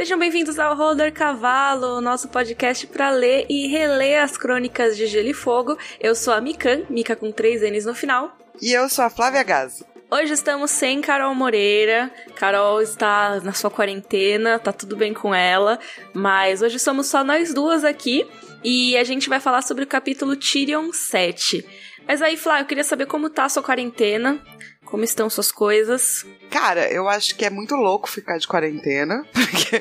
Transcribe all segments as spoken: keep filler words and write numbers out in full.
Sejam bem-vindos ao Roller Cavalo, nosso podcast para ler e reler as crônicas de Gelo e Fogo. Eu sou a Mikan, Mika com três N's no final. E eu sou a Flávia Gazi. Hoje estamos sem Carol Moreira. Carol está na sua quarentena, tá tudo bem com ela, mas hoje somos só nós duas aqui e a gente vai falar sobre o capítulo Tyrion sete. Mas aí, Flávia, eu queria saber como tá a sua quarentena, como estão suas coisas. Cara, eu acho que é muito louco ficar de quarentena, porque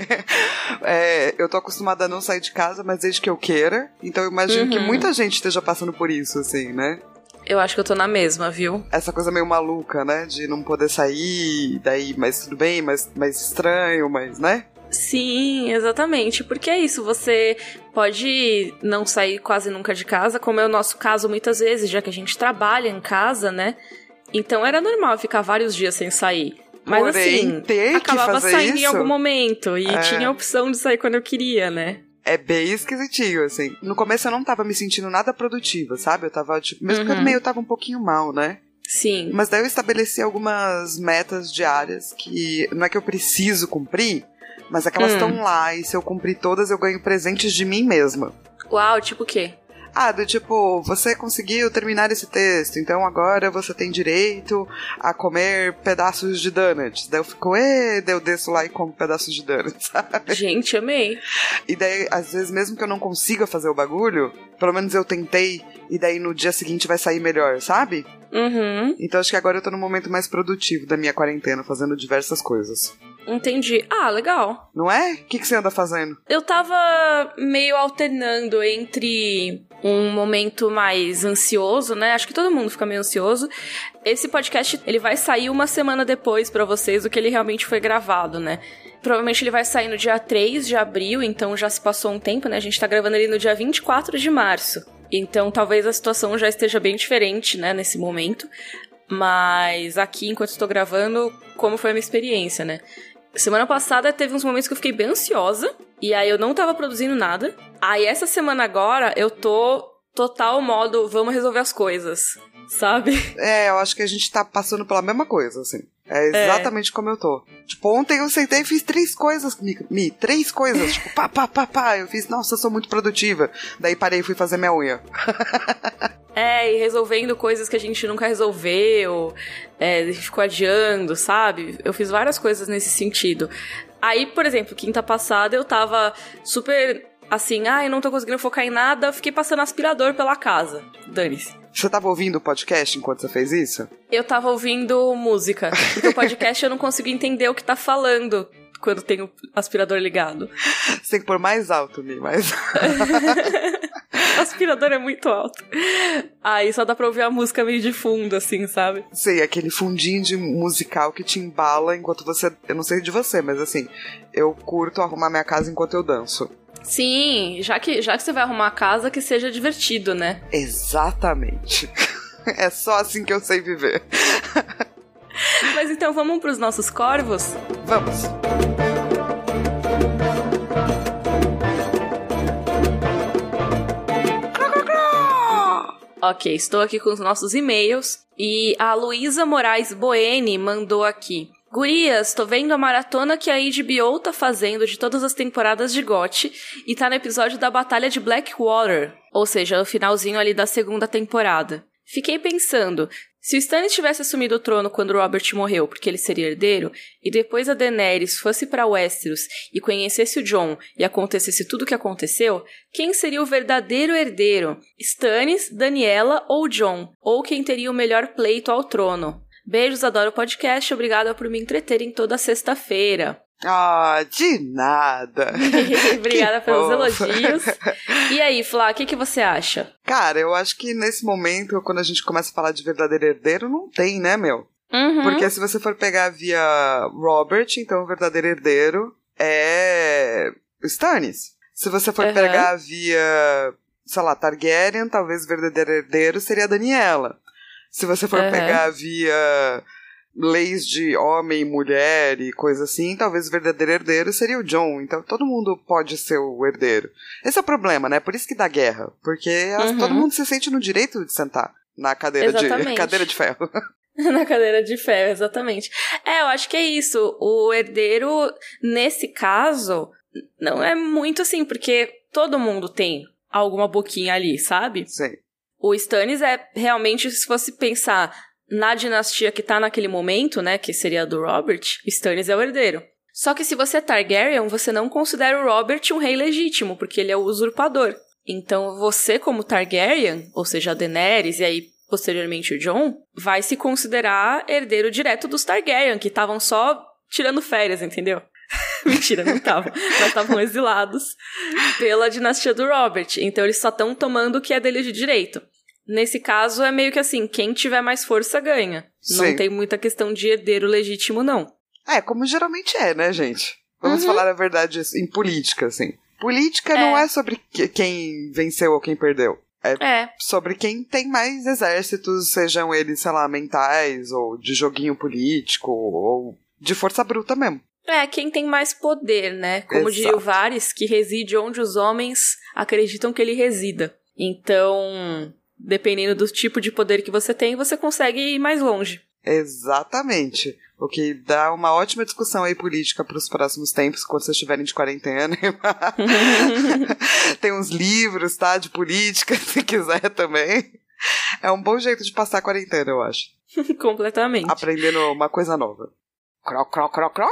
é, eu tô acostumada a não sair de casa, mas desde que eu queira. Então eu imagino uhum. que muita gente esteja passando por isso, assim, né? Eu acho que eu tô na mesma, viu? Essa coisa meio maluca, né? De não poder sair, daí, mas tudo bem, mas, mas estranho, mas, né? Sim, exatamente, porque é isso, você pode não sair quase nunca de casa, como é o nosso caso muitas vezes, já que a gente trabalha em casa, né? Então era normal ficar vários dias sem sair. Mas Porém, assim, ter acabava que fazer saindo isso, em algum momento e é... tinha a opção de sair quando eu queria, né? É bem esquisitinho, assim. No começo eu não tava me sentindo nada produtiva, sabe? Eu tava, tipo, mesmo uhum. que eu meio tava um pouquinho mal, né? Sim. Mas daí eu estabeleci algumas metas diárias que não é que eu preciso cumprir, mas é que elas estão hum. lá, e se eu cumprir todas eu ganho presentes de mim mesma. Uau, tipo o quê? Ah, do tipo, você conseguiu terminar esse texto, então agora você tem direito a comer pedaços de donuts. Daí eu fico, ê, daí eu desço lá e como pedaços de donuts, sabe? Gente, amei. E daí, às vezes, mesmo que eu não consiga fazer o bagulho, pelo menos eu tentei, e daí no dia seguinte vai sair melhor, sabe? Uhum. Então acho que agora eu tô no momento mais produtivo da minha quarentena, fazendo diversas coisas. Entendi. Ah, legal. Não é? O que, que você anda fazendo? Eu tava meio alternando entre um momento mais ansioso, né? Acho que todo mundo fica meio ansioso. Esse podcast, ele vai sair uma semana depois pra vocês do que ele realmente foi gravado, né? Provavelmente ele vai sair no dia três de abril, então já se passou um tempo, né? A gente tá gravando ele no dia vinte e quatro de março. Então talvez a situação já esteja bem diferente, né? Nesse momento. Mas aqui, enquanto estou gravando, como foi a minha experiência, né? Semana passada teve uns momentos que eu fiquei bem ansiosa, e aí eu não tava produzindo nada. Aí essa semana agora eu tô total modo, vamos resolver as coisas, sabe? É, eu acho que a gente tá passando pela mesma coisa, assim. É exatamente é. como eu tô. Tipo, ontem eu sentei e fiz três coisas, Mi, mi três coisas, tipo, pá, pá, pá, pá. Eu fiz, nossa, eu sou muito produtiva. Daí parei e fui fazer minha unha. É, e resolvendo coisas que a gente nunca resolveu, é, ficou adiando, sabe? Eu fiz várias coisas nesse sentido. Aí, por exemplo, quinta passada eu tava super assim, ah, eu não tô conseguindo focar em nada, fiquei passando aspirador pela casa. Dane-se. Você tava ouvindo o podcast enquanto você fez isso? Eu tava ouvindo música, porque o podcast eu não consigo entender o que tá falando quando tem o aspirador ligado. Você tem que pôr mais alto, Mi, mais O aspirador é muito alto. Aí só dá pra ouvir a música meio de fundo, assim, sabe? Sei, aquele fundinho de musical que te embala enquanto você... Eu não sei de você, mas assim, eu curto arrumar minha casa enquanto eu danço. Sim, já que, já que você vai arrumar a casa, que seja divertido, né? Exatamente. É só assim que eu sei viver. Mas então vamos pros nossos corvos? Vamos. Ok, estou aqui com os nossos e-mails e a Luísa Moraes Boene mandou aqui. Gurias, tô vendo a maratona que a H B O tá fazendo de todas as temporadas de G O T e tá no episódio da Batalha de Blackwater, ou seja, o finalzinho ali da segunda temporada. Fiquei pensando, se o Stannis tivesse assumido o trono quando o Robert morreu, porque ele seria herdeiro, e depois a Daenerys fosse pra Westeros e conhecesse o Jon e acontecesse tudo o que aconteceu, quem seria o verdadeiro herdeiro? Stannis, Daniela ou Jon? Ou quem teria o melhor pleito ao trono? Beijos, adoro o podcast, obrigada por me entreterem toda sexta-feira. Ah, de nada. Obrigada pelos elogios. E aí, Flá, o que, que você acha? Cara, eu acho que nesse momento, quando a gente começa a falar de verdadeiro herdeiro, não tem, né, meu? Uhum. Porque se você for pegar via Robert, então o verdadeiro herdeiro é Stannis. Se você for uhum. pegar via, sei lá, Targaryen, talvez o verdadeiro herdeiro seria a Daniela. Se você for uhum. pegar via leis de homem e mulher e coisa assim, talvez o verdadeiro herdeiro seria o Jon. Então todo mundo pode ser o herdeiro. Esse é o problema, né? Por isso que dá guerra. Porque uhum. todo mundo se sente no direito de sentar na cadeira de, cadeira de ferro. Na cadeira de ferro, exatamente. É, eu acho que é isso. O herdeiro, nesse caso, não é muito assim, porque todo mundo tem alguma boquinha ali, sabe? Sim. O Stannis é realmente, se fosse pensar na dinastia que tá naquele momento, né, que seria a do Robert, Stannis é o herdeiro. Só que se você é Targaryen, você não considera o Robert um rei legítimo, porque ele é o usurpador. Então você, como Targaryen, ou seja, a Daenerys e aí posteriormente o Jon, vai se considerar herdeiro direto dos Targaryen, que estavam só tirando férias, entendeu? Mentira, não estavam, mas estavam exilados pela dinastia do Robert. Então eles só estão tomando o que é deles de direito. Nesse caso, é meio que assim, quem tiver mais força ganha. Sim. Não tem muita questão de herdeiro legítimo, não. É, como geralmente é, né, gente? Vamos uhum. falar a verdade em política, assim. Política é. não é sobre quem venceu ou quem perdeu. É, é sobre quem tem mais exércitos, sejam eles, sei lá, mentais, ou de joguinho político, ou de força bruta mesmo. É, quem tem mais poder, né? Como Exato. Diria o Varys, que reside onde os homens acreditam que ele resida. Então, dependendo do tipo de poder que você tem, você consegue ir mais longe. Exatamente. O que dá uma ótima discussão aí política para os próximos tempos, quando vocês estiverem de quarentena. Tem uns livros, tá? De política, se quiser também. É um bom jeito de passar a quarentena, eu acho. Completamente. Aprendendo uma coisa nova. Cro, cro, cro, cro!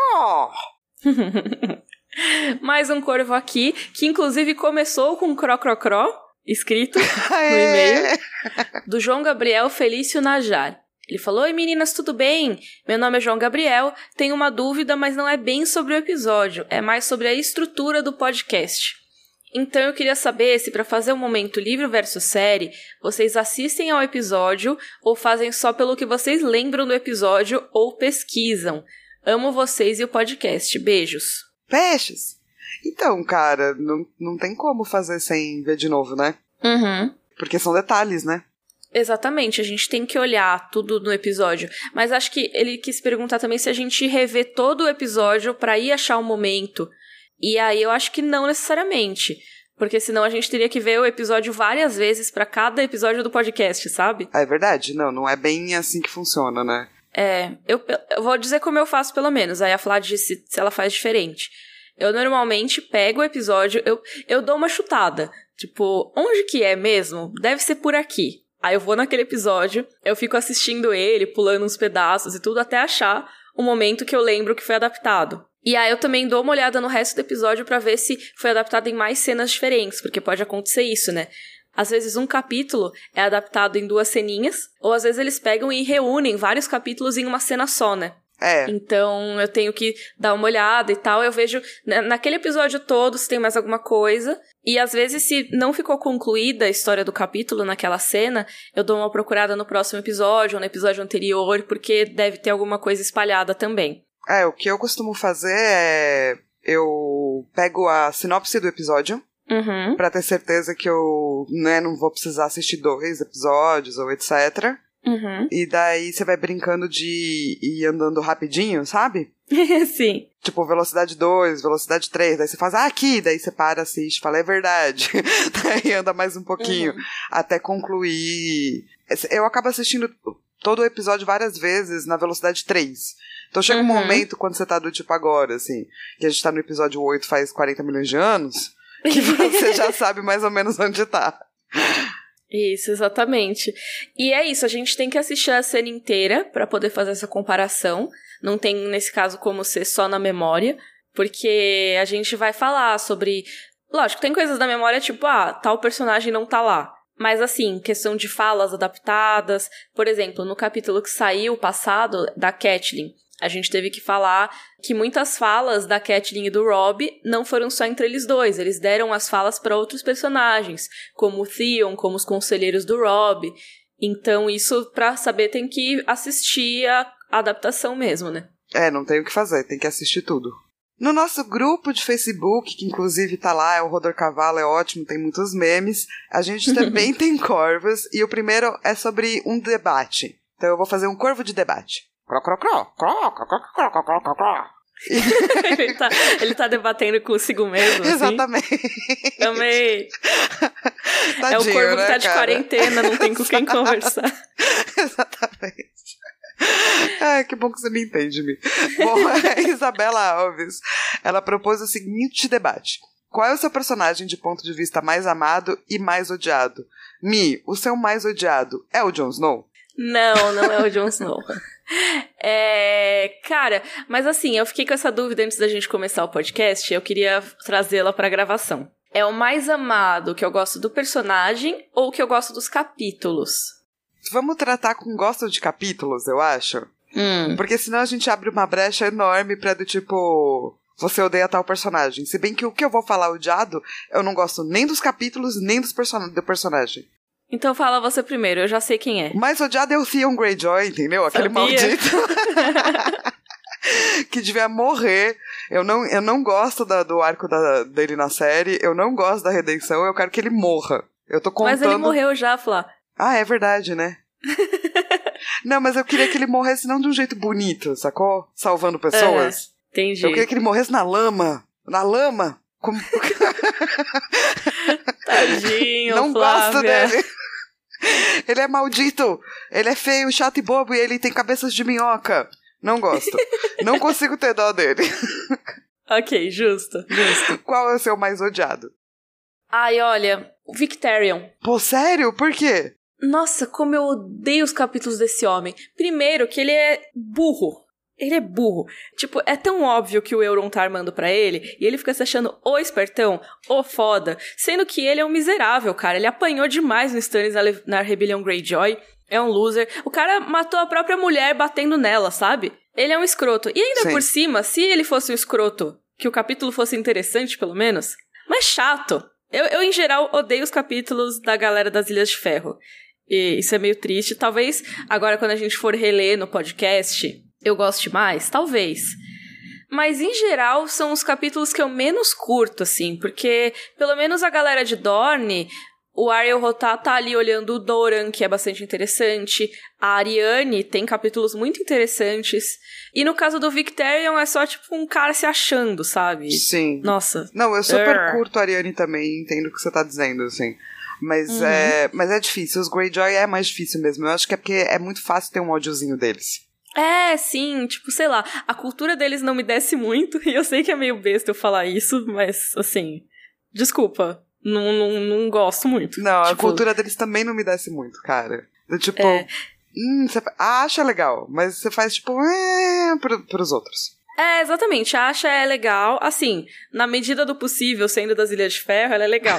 Mais um corvo aqui, que inclusive começou com cro, cro, cro, escrito no e-mail, do João Gabriel Felício Najar. Ele falou: Oi meninas, tudo bem? Meu nome é João Gabriel, tenho uma dúvida, mas não é bem sobre o episódio, é mais sobre a estrutura do podcast. Então eu queria saber se para fazer o momento livro versus série, vocês assistem ao episódio ou fazem só pelo que vocês lembram do episódio ou pesquisam. Amo vocês e o podcast. Beijos. Peixes! Então, cara, não, não tem como fazer sem ver de novo, né? Uhum. Porque são detalhes, né? Exatamente, a gente tem que olhar tudo no episódio. Mas acho que ele quis perguntar também se a gente rever todo o episódio pra ir achar o momento. E aí eu acho que não necessariamente. Porque senão a gente teria que ver o episódio várias vezes pra cada episódio do podcast, sabe? É verdade, não, não é bem assim que funciona, né? É, eu, eu vou dizer como eu faço pelo menos. Aí a Flá disse se ela faz diferente. Eu normalmente pego o episódio, eu, eu dou uma chutada. Tipo, onde que é mesmo? Deve ser por aqui. Aí eu vou naquele episódio, eu fico assistindo ele, pulando uns pedaços e tudo, até achar o momento que eu lembro que foi adaptado. E aí eu também dou uma olhada no resto do episódio pra ver se foi adaptado em mais cenas diferentes, porque pode acontecer isso, né? Às vezes um capítulo é adaptado em duas ceninhas, ou às vezes eles pegam e reúnem vários capítulos em uma cena só, né? É. Então eu tenho que dar uma olhada e tal, eu vejo naquele episódio todo se tem mais alguma coisa, e às vezes se não ficou concluída a história do capítulo naquela cena, eu dou uma procurada no próximo episódio ou no episódio anterior, porque deve ter alguma coisa espalhada também. É, o que eu costumo fazer é eu pego a sinopse do episódio, uhum. pra ter certeza que eu, né, não vou precisar assistir dois episódios ou etcétera. Uhum. E daí você vai brincando de ir andando rapidinho, sabe? Sim. Tipo, velocidade dois, velocidade três. Daí você faz, ah, aqui. Daí você para, assiste, fala, é verdade. Daí anda mais um pouquinho. Uhum. Até concluir. Eu acabo assistindo todo o episódio várias vezes na velocidade três. Então chega uhum. um momento, quando você tá do tipo agora, assim, que a gente tá no episódio oito faz quarenta milhões de anos, que você já sabe mais ou menos onde tá. Isso, exatamente. E é isso, a gente tem que assistir a cena inteira pra poder fazer essa comparação. Não tem, nesse caso, como ser só na memória, porque a gente vai falar sobre... Lógico, tem coisas da memória tipo, ah, tal personagem não tá lá. Mas, assim, questão de falas adaptadas. Por exemplo, no capítulo que saiu passado, da Catelyn, a gente teve que falar que muitas falas da Catelyn e do Robb não foram só entre eles dois. Eles deram as falas para outros personagens, como o Theon, como os conselheiros do Robb. Então, isso, pra saber, tem que assistir a adaptação mesmo, né? É, não tem o que fazer, tem que assistir tudo. No nosso grupo de Facebook, que inclusive tá lá, é o Rodor Cavalo, é ótimo, tem muitos memes, a gente também tem corvos, e o primeiro é sobre um debate. Então eu vou fazer um corvo de debate. ele, tá, ele tá debatendo consigo mesmo, assim. Exatamente. Também. Tadinho, é o corvo né, que tá de cara? quarentena, não tem com quem conversar. Exatamente. Ai, que bom que você me entende, Mi. Bom, a Isabela Alves, ela propôs o seguinte debate. Qual é o seu personagem de ponto de vista mais amado e mais odiado? Mi, o seu mais odiado é o Jon Snow? Não, não é o Jon Snow. É, cara, mas assim, eu fiquei com essa dúvida antes da gente começar o podcast, eu queria trazê-la pra gravação. É o mais amado que eu gosto do personagem ou que eu gosto dos capítulos? Vamos tratar com gosto de capítulos, eu acho. Hum. Porque senão a gente abre uma brecha enorme pra do tipo... Você odeia tal personagem. Se bem que o que eu vou falar odiado, eu não gosto nem dos capítulos, nem dos person- do personagem. Então fala você primeiro, eu já sei quem é. O mais odiado é o Theon Greyjoy, entendeu? Aquele Sabia? maldito. Que devia morrer. Eu não, eu não gosto da, do arco da, dele na série, eu não gosto da redenção, eu quero que ele morra. Eu tô contando... Mas ele morreu já, Flá. Ah, é verdade, né? Não, mas eu queria que ele morresse não de um jeito bonito, sacou? Salvando pessoas. É, entendi. Eu queria que ele morresse na lama. Na lama. Como... Tadinho, não Flávia. gosto dele. Ele é maldito. Ele é feio, chato e bobo e ele tem cabeças de minhoca. Não gosto. Não consigo ter dó dele. Ok, justo, justo. Qual é o seu mais odiado? Ai, olha, o Victarion. Pô, sério? Por quê? Nossa, como eu odeio os capítulos desse homem. Primeiro, que ele é burro. Ele é burro. Tipo, é tão óbvio que o Euron tá armando pra ele, e ele fica se achando o espertão, o foda, sendo que ele é um miserável, cara. Ele apanhou demais no Stannis na, Le- na Rebelião Greyjoy. É um loser. O cara matou a própria mulher batendo nela, sabe? Ele é um escroto. E ainda Sim. por cima, se ele fosse um escroto, que o capítulo fosse interessante, pelo menos, mas chato. Eu, eu, em geral, odeio os capítulos da galera das Ilhas de Ferro. E isso é meio triste. Talvez, agora quando a gente for reler no podcast, eu goste mais. Talvez. Mas, em geral, são os capítulos que eu menos curto, assim. Porque, pelo menos a galera de Dorne... O Ariel Rothar tá ali olhando o Doran, que é bastante interessante. A Arianne tem capítulos muito interessantes. E no caso do Victarion é só tipo um cara se achando, sabe? Sim. Nossa. Não, eu super Urgh. curto a Arianne também, entendo o que você tá dizendo, assim. Mas, Uhum. é, mas é difícil, os Greyjoy é mais difícil mesmo. Eu acho que é porque é muito fácil ter um ódiozinho deles. É, sim, tipo, sei lá, a cultura deles não me desce muito, e eu sei que é meio besta eu falar isso, mas, assim, desculpa, não, não, não gosto muito. Não, tipo, a cultura deles também não me desce muito, cara. Eu, tipo, É. hum, você acha legal, mas você faz, tipo, é, pro, pros outros. É, exatamente, a Asha é legal, assim, na medida do possível, sendo das Ilhas de Ferro, ela é legal.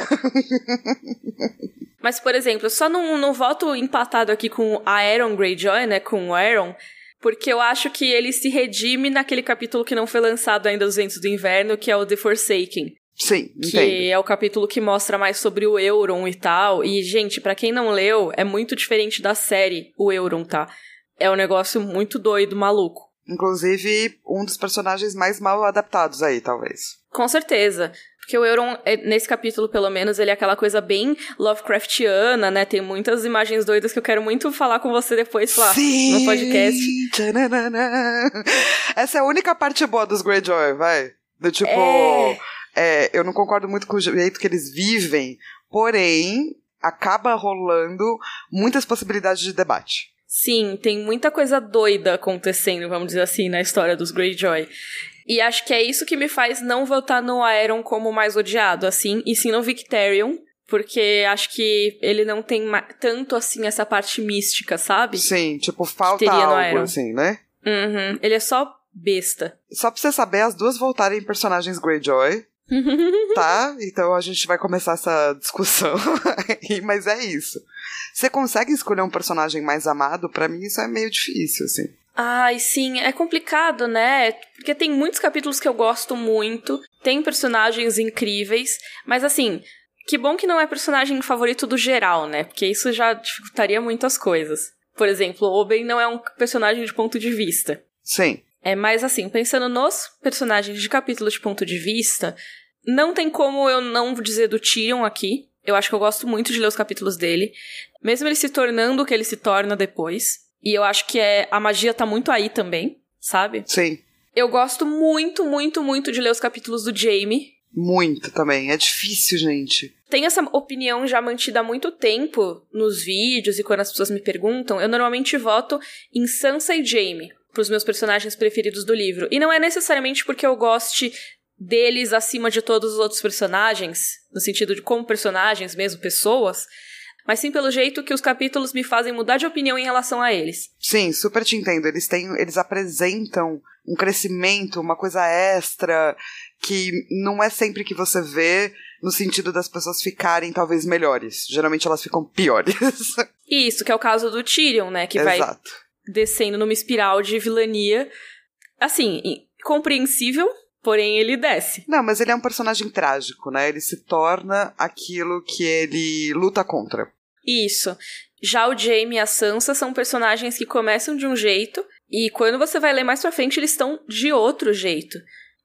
Mas, por exemplo, eu só não, não voto empatado aqui com a Aeron Greyjoy, né, com o Aeron, porque eu acho que ele se redime naquele capítulo que não foi lançado ainda dos Ventos do Inverno, que é o The Forsaken. Sim, Que entendo. é o capítulo que mostra mais sobre o Euron e tal. E, gente, pra quem não leu, é muito diferente da série, o Euron, tá? É um negócio muito doido, maluco. Inclusive, um dos personagens mais mal adaptados aí, talvez. Com certeza. Porque o Euron, é- nesse capítulo, pelo menos, ele é aquela coisa bem Lovecraftiana, né? Tem muitas imagens doidas que eu quero muito falar com você depois lá Sim! no podcast. Tchananana. Essa é a única parte boa dos Greyjoy, vai. Do tipo... É. é, eu não concordo muito com o jeito que eles vivem, porém, acaba rolando muitas possibilidades de debate. Sim, tem muita coisa doida acontecendo, vamos dizer assim, na história dos Greyjoy. E acho que é isso que me faz não votar no Aeron como o mais odiado, assim, e sim no Victarion, porque acho que ele não tem ma- tanto, assim, essa parte mística, sabe? Sim, tipo, falta teria no algo, Aeron. assim, né? Uhum, ele é só besta. Só pra você saber, as duas voltarem em personagens Greyjoy, tá? Então a gente vai começar essa discussão. Mas é isso. Você consegue escolher um personagem mais amado? Pra mim isso é meio difícil, assim. Ai, sim, é complicado, né? Porque tem muitos capítulos que eu gosto muito, tem personagens incríveis, mas assim, que bom que não é personagem favorito do geral, né? Porque isso já dificultaria muito as coisas. Por exemplo, o Oberyn não é um personagem de ponto de vista. Sim. É, mas assim, pensando nos personagens de capítulo de ponto de vista, não tem como eu não dizer do Tyrion aqui. Eu acho que eu gosto muito de ler os capítulos dele, mesmo ele se tornando o que ele se torna depois. E eu acho que é, a magia tá muito aí também, sabe? Sim. Eu gosto muito, muito, muito de ler os capítulos do Jaime. Muito também. É difícil, gente. Tem essa opinião já mantida há muito tempo nos vídeos e quando as pessoas me perguntam, eu normalmente voto em Sansa e Jaime pros meus personagens preferidos do livro. E não é necessariamente porque eu goste deles acima de todos os outros personagens, no sentido de como personagens mesmo, pessoas, mas sim pelo jeito que os capítulos me fazem mudar de opinião em relação a eles. Sim, super te entendo. Eles têm, eles apresentam um crescimento, uma coisa extra, que não é sempre que você vê no sentido das pessoas ficarem talvez melhores. Geralmente elas ficam piores. Isso, que é o caso do Tyrion, né? Que Exato. vai descendo numa espiral de vilania. Assim, compreensível, porém ele desce. Não, mas ele é um personagem trágico, né? Ele se torna aquilo que ele luta contra. Isso. Já o Jaime e a Sansa são personagens que começam de um jeito e quando você vai ler mais pra frente eles estão de outro jeito.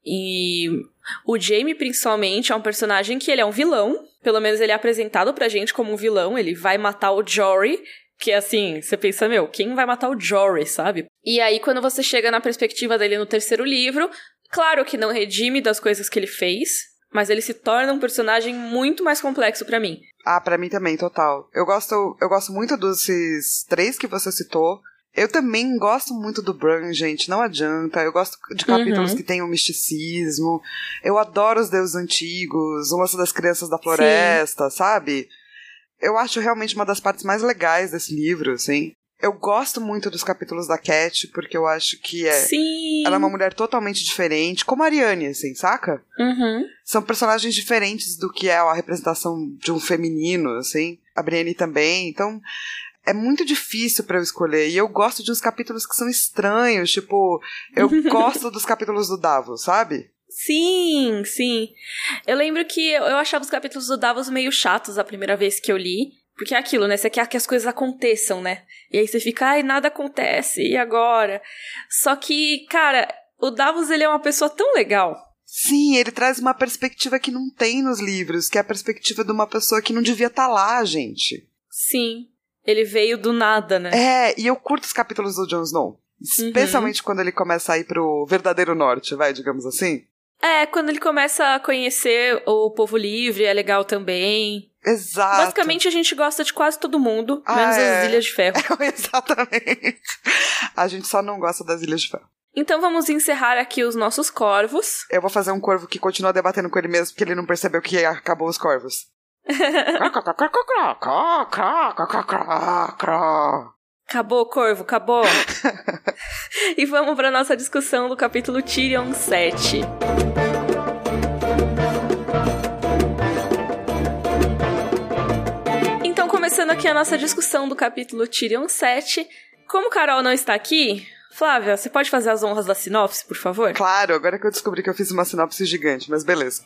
E o Jaime, principalmente, é um personagem que ele é um vilão. Pelo menos ele é apresentado pra gente como um vilão. Ele vai matar o Jory, que assim, você pensa, meu, quem vai matar o Jory, sabe? E aí, quando você chega na perspectiva dele no terceiro livro, claro que não redime das coisas que ele fez, mas ele se torna um personagem muito mais complexo pra mim. Ah, pra mim também, total. Eu gosto, eu gosto muito desses três que você citou. Eu também gosto muito do Bran, gente, não adianta. Eu gosto de capítulos uhum. que tem um misticismo. Eu adoro os deuses antigos, o lance das crianças da floresta, Sim. sabe? Eu acho realmente uma das partes mais legais desse livro, assim. Eu gosto muito dos capítulos da Cat, porque eu acho que é... Sim. Ela é uma mulher totalmente diferente, como a Arianne, assim, saca? Uhum. São personagens diferentes do que é a representação de um feminino, assim. A Brienne também, então... É muito difícil pra eu escolher. E eu gosto de uns capítulos que são estranhos. Tipo, eu gosto dos capítulos do Davos, sabe? Sim, sim. Eu lembro que eu achava os capítulos do Davos meio chatos a primeira vez que eu li. Porque é aquilo, né? Você quer que as coisas aconteçam, né? E aí você fica, ai, nada acontece, e agora? Só que, cara, o Davos, ele é uma pessoa tão legal. Sim, ele traz uma perspectiva que não tem nos livros. Que é a perspectiva de uma pessoa que não devia estar lá, gente. Sim. Ele veio do nada, né? É, e eu curto os capítulos do Jon Snow. Especialmente uhum. quando ele começa a ir pro verdadeiro norte, vai, digamos assim. É, quando ele começa a conhecer o povo livre, é legal também. Exato. Basicamente, a gente gosta de quase todo mundo, ah, menos é. as Ilhas de Ferro. Exatamente. A gente só não gosta das Ilhas de Ferro. Então vamos encerrar aqui os nossos corvos. Eu vou fazer um corvo que continua debatendo com ele mesmo, porque ele não percebeu que acabou os corvos. Acabou, corvo, acabou. E vamos para nossa discussão do capítulo Tyrion sete. Então, começando aqui a nossa discussão do capítulo Tyrion sete. Como Carol não está aqui, Flávia, você pode fazer as honras da sinopse, por favor? Claro, agora que eu descobri que eu fiz uma sinopse gigante, mas beleza.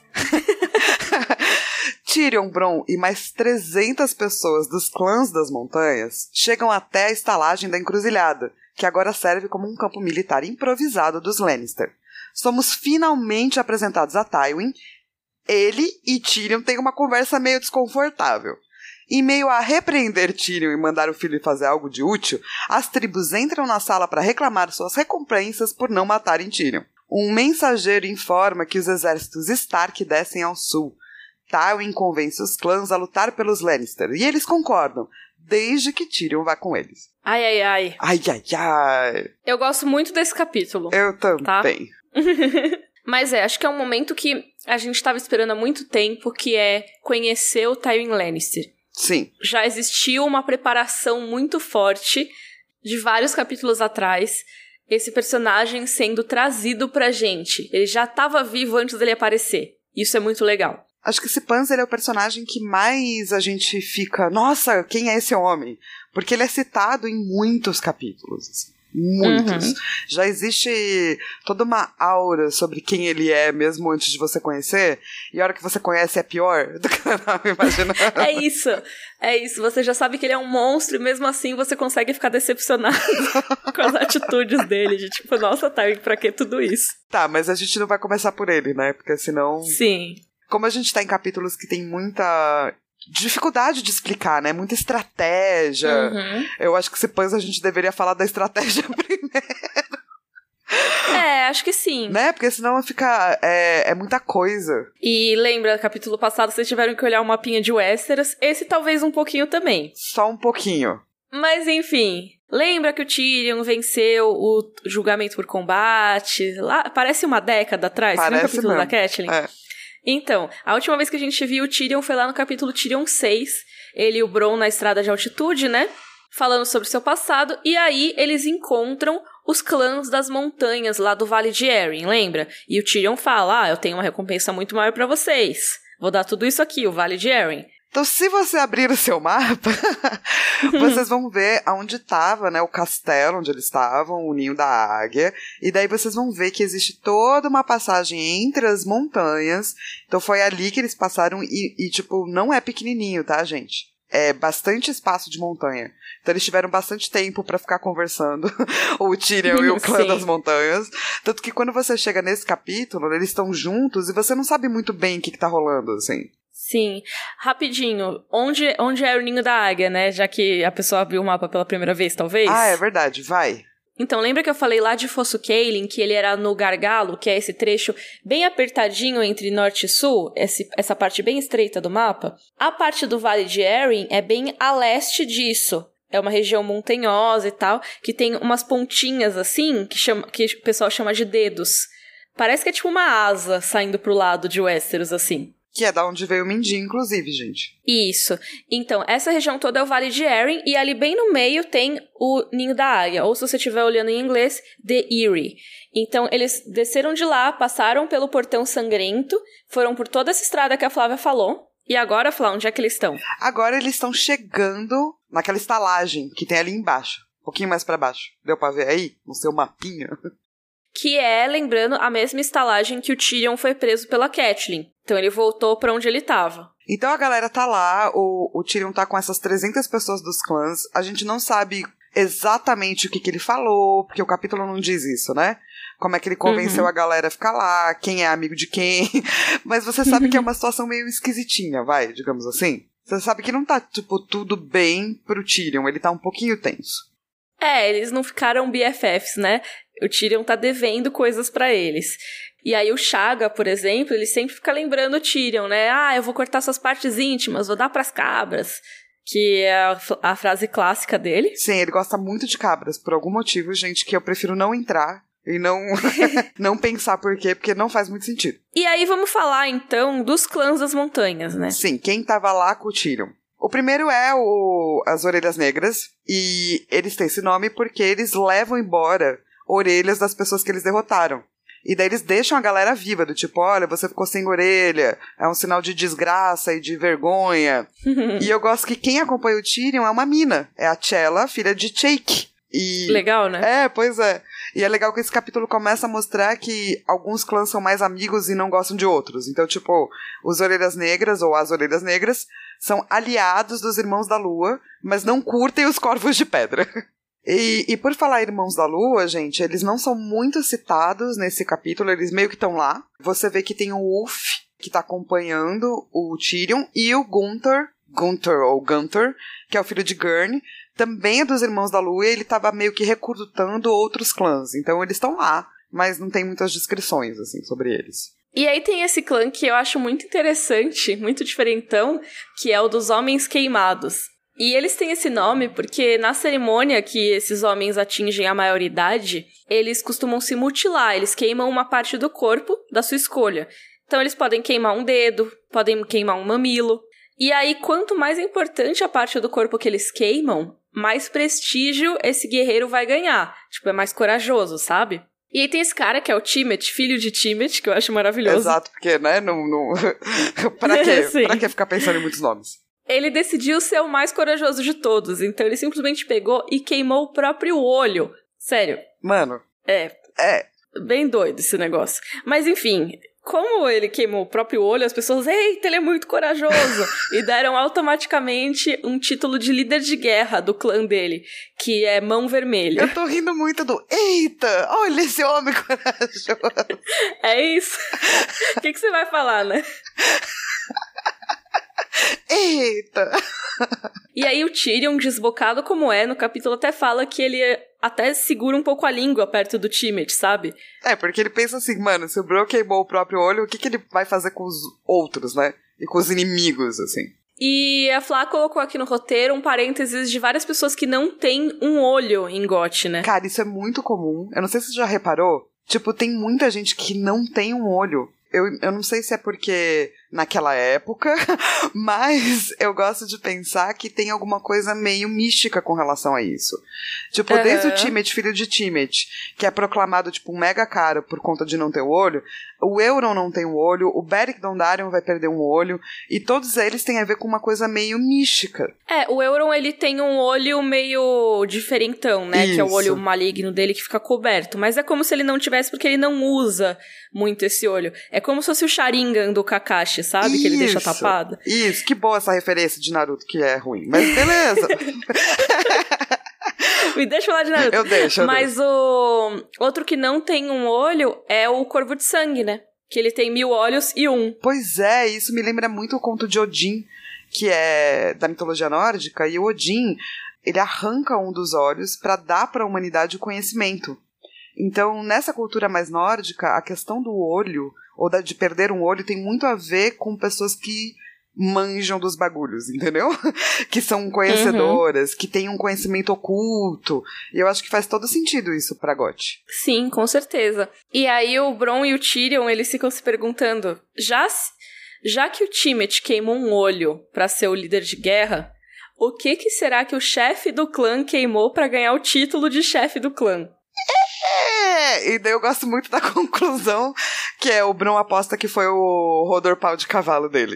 Tyrion, Bronn e mais trezentas pessoas dos clãs das montanhas chegam até a estalagem da encruzilhada, que agora serve como um campo militar improvisado dos Lannister. Somos finalmente apresentados a Tywin. Ele e Tyrion têm uma conversa meio desconfortável. Em meio a repreender Tyrion e mandar o filho fazer algo de útil, as tribos entram na sala para reclamar suas recompensas por não matarem Tyrion. Um mensageiro informa que os exércitos Stark descem ao sul. Tywin convence os clãs a lutar pelos Lannister, e eles concordam, desde que Tyrion vá com eles. Ai, ai, ai. Ai, ai, ai. Eu gosto muito desse capítulo. Eu também. Tá? Mas é, acho que é um momento que a gente estava esperando há muito tempo, que é conhecer o Tywin Lannister. Sim. Já existiu uma preparação muito forte de vários capítulos atrás, esse personagem sendo trazido pra gente. Ele já estava vivo antes dele aparecer. Isso é muito legal. Acho que esse Panzer é o personagem que mais a gente fica... Nossa, quem é esse homem? Porque ele é citado em muitos capítulos. Assim, muitos. Uhum. Já existe toda uma aura sobre quem ele é, mesmo antes de você conhecer. E a hora que você conhece é pior do que eu tava imaginando. É isso. É isso. Você já sabe que ele é um monstro e mesmo assim você consegue ficar decepcionado com as atitudes dele. De tipo, nossa, Tywin, pra que tudo isso? Tá, mas a gente não vai começar por ele, né? Porque senão... Sim. Como a gente tá em capítulos que tem muita dificuldade de explicar, né? Muita estratégia. Uhum. Eu acho que se pôs a gente deveria falar da estratégia primeiro. É, acho que sim. Né? Porque senão fica... É, é muita coisa. E lembra, capítulo passado, vocês tiveram que olhar o mapinha de Westeros. Esse talvez um pouquinho também. Só um pouquinho. Mas, enfim... Lembra que o Tyrion venceu o julgamento por combate? Lá, parece uma década atrás. Parece no capítulo mesmo. da Catelyn? É. Então, a última vez que a gente viu o Tyrion foi lá no capítulo Tyrion seis. Ele e o Bronn na estrada de altitude, né? Falando sobre o seu passado. E aí, eles encontram os clãs das montanhas lá do Vale de Arryn, lembra? E o Tyrion fala, ah, eu tenho uma recompensa muito maior pra vocês. Vou dar tudo isso aqui, o Vale de Arryn. Então, se você abrir o seu mapa, vocês vão ver onde estava, né, o castelo onde eles estavam, o ninho da águia, e daí vocês vão ver que existe toda uma passagem entre as montanhas. Então foi ali que eles passaram e, e tipo, não é pequenininho, tá, gente? É bastante espaço de montanha. Então eles tiveram bastante tempo pra ficar conversando, o Tyrion e o clã Sim. das montanhas. Tanto que quando você chega nesse capítulo, eles estão juntos e você não sabe muito bem o que, que tá rolando, assim. Sim. Rapidinho, onde, onde é o ninho da águia, né? Já que a pessoa abriu o mapa pela primeira vez, talvez? Ah, é verdade, vai. Então, lembra que eu falei lá de Fosso Cailin, que ele era no Gargalo, que é esse trecho bem apertadinho entre norte e sul, esse, essa parte bem estreita do mapa? A parte do Vale de Arryn é bem a leste disso. É uma região montanhosa e tal, que tem umas pontinhas assim, que, chama, que o pessoal chama de dedos. Parece que é tipo uma asa saindo pro lado de Westeros, assim. Que é da onde veio o Mindinho, inclusive, gente. Isso. Então, essa região toda é o Vale de Arryn, e ali bem no meio tem o Ninho da Águia, ou se você estiver olhando em inglês, The Eyrie. Então, eles desceram de lá, passaram pelo Portão Sangrento, foram por toda essa estrada que a Flávia falou, e agora, Flá, onde é que eles estão? Agora eles estão chegando naquela estalagem que tem ali embaixo, um pouquinho mais pra baixo. Deu pra ver aí, no seu mapinha? Que é, lembrando, a mesma estalagem que o Tyrion foi preso pela Catelyn. Então ele voltou pra onde ele tava. Então a galera tá lá, o, o Tyrion tá com essas trezentas pessoas dos clãs. A gente não sabe exatamente o que, que ele falou, porque o capítulo não diz isso, né? Como é que ele convenceu uhum. a galera a ficar lá, quem é amigo de quem. Mas você sabe que é uma situação meio esquisitinha, vai, digamos assim. Você sabe que não tá, tipo, tudo bem pro Tyrion, ele tá um pouquinho tenso. É, eles não ficaram B F Fs, né? O Tyrion tá devendo coisas pra eles. E aí o Chaga, por exemplo, ele sempre fica lembrando o Tyrion, né? Ah, eu vou cortar suas partes íntimas, vou dar pras cabras. Que é a, a frase clássica dele. Sim, ele gosta muito de cabras, por algum motivo, gente, que eu prefiro não entrar e não, não pensar por quê, porque não faz muito sentido. E aí vamos falar, então, dos clãs das montanhas, né? Sim, quem tava lá com o Tyrion. O primeiro é o, as Orelhas Negras, e eles têm esse nome porque eles levam embora orelhas das pessoas que eles derrotaram. E daí eles deixam a galera viva, do tipo, olha, você ficou sem orelha, é um sinal de desgraça e de vergonha. E eu gosto que quem acompanha o Tyrion é uma mina, é a Chella, filha de Cheike. E... Legal, né? É, pois é. E é legal que esse capítulo começa a mostrar que alguns clãs são mais amigos e não gostam de outros. Então, tipo, os Orelhas Negras, ou as Orelhas Negras, são aliados dos Irmãos da Lua, mas não curtem os Corvos de Pedra. E, e por falar Irmãos da Lua, gente, eles não são muito citados nesse capítulo, eles meio que estão lá. Você vê que tem o Ulf, que tá acompanhando o Tyrion, e o Gunther, Gunther ou Gunther, que é o filho de Gurn, também é dos Irmãos da Lua, e ele tava meio que recrutando outros clãs. Então eles estão lá, mas não tem muitas descrições, assim, sobre eles. E aí tem esse clã que eu acho muito interessante, muito diferentão, que é o dos Homens Queimados. E eles têm esse nome porque na cerimônia que esses homens atingem a maioridade, eles costumam se mutilar, eles queimam uma parte do corpo da sua escolha. Então eles podem queimar um dedo, podem queimar um mamilo. E aí, quanto mais importante a parte do corpo que eles queimam, mais prestígio esse guerreiro vai ganhar. Tipo, é mais corajoso, sabe? E aí tem esse cara que é o Timett, filho de Timett, que eu acho maravilhoso. Exato, porque, né, não... não... pra quê? Pra que ficar pensando em muitos nomes? Ele decidiu ser o mais corajoso de todos, então ele simplesmente pegou e queimou o próprio olho. Sério. Mano. É. É. Bem doido esse negócio. Mas enfim, como ele queimou o próprio olho, as pessoas, eita, ele é muito corajoso. E deram automaticamente um título de líder de guerra do clã dele, que é Mão Vermelha. Eu tô rindo muito do, eita, olha esse homem corajoso. É isso. O que, que você vai falar, né? Eita! E aí o Tyrion, desbocado como é, no capítulo até fala que ele até segura um pouco a língua perto do Timothy, sabe? É, porque ele pensa assim, mano, se o Bron queimou o próprio olho, o que, que ele vai fazer com os outros, né? E com os inimigos, assim. E a Flá colocou aqui no roteiro um parênteses de várias pessoas que não têm um olho em G O T, né? Cara, isso é muito comum. Eu não sei se você já reparou. Tipo, tem muita gente que não tem um olho. Eu, eu não sei se é porque naquela época, mas eu gosto de pensar que tem alguma coisa meio mística com relação a isso. Tipo, uhum. desde o Timothy, filho de Timothy, que é proclamado, tipo, um mega cara por conta de não ter o olho, o Euron não tem o olho, o Beric Dondarrion vai perder um olho, e todos eles têm a ver com uma coisa meio mística. É, o Euron, ele tem um olho meio diferentão, né? Isso. Que é o olho maligno dele que fica coberto, mas é como se ele não tivesse, porque ele não usa muito esse olho. É como se fosse o Sharingan do Kakashi, sabe? Isso, que ele deixa tapado. Isso, que boa essa referência de Naruto, que é ruim. Mas beleza. Me deixa falar de Naruto. Eu deixo, eu Mas deixo. o outro que não tem um olho é o Corvo de Sangue, né? Que ele tem mil olhos e um. Pois é, isso me lembra muito o conto de Odin, que é da mitologia nórdica, e o Odin, ele arranca um dos olhos para dar para a humanidade o conhecimento. Então, nessa cultura mais nórdica, a questão do olho, ou da, de perder um olho, tem muito a ver com pessoas que manjam dos bagulhos, entendeu? Que são conhecedoras, uhum. que têm um conhecimento oculto. E eu acho que faz todo sentido isso pra G O T. Sim, com certeza. E aí o Bron e o Tyrion, eles ficam se perguntando, já, já que o Timothy queimou um olho pra ser o líder de guerra, o que que será que o chefe do clã queimou pra ganhar o título de chefe do clã? É, e daí eu gosto muito da conclusão, que é o Bron aposta que foi o rodor pau de cavalo dele.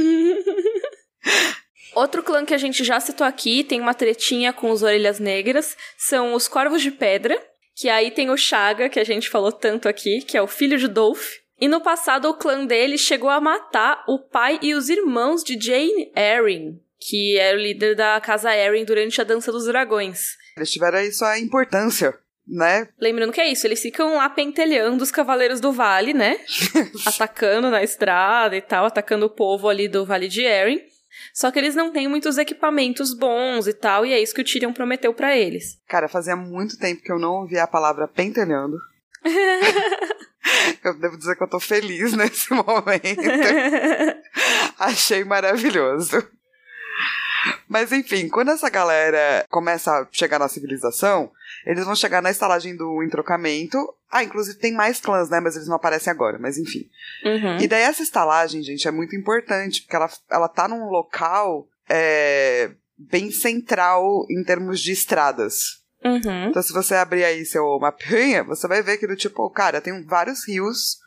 Outro clã que a gente já citou aqui, tem uma tretinha com os Orelhas Negras, são os Corvos de Pedra, que aí tem o Chaga, que a gente falou tanto aqui, que é o filho de Dolph. E no passado o clã dele chegou a matar o pai e os irmãos de Jane Arryn, que era o líder da casa Arryn durante a Dança dos Dragões. Eles tiveram aí sua importância, né? Lembrando que é isso, eles ficam lá pentelhando os Cavaleiros do Vale, né? Atacando na estrada e tal, atacando o povo ali do Vale de Arryn. Só que eles não têm muitos equipamentos bons e tal, e é isso que o Tyrion prometeu pra eles. Cara, fazia muito tempo que eu não ouvia a palavra pentelhando. Eu devo dizer que eu tô feliz nesse momento. Achei maravilhoso. Mas enfim, quando essa galera começa a chegar na civilização, eles vão chegar na estalagem do entrocamento. Ah, inclusive tem mais clãs, né? Mas eles não aparecem agora, mas enfim. Uhum. E daí essa estalagem, gente, é muito importante, porque ela, ela tá num local é, bem central em termos de estradas. Uhum. Então se você abrir aí seu mapinha, você vai ver que do tipo, cara, tem vários rios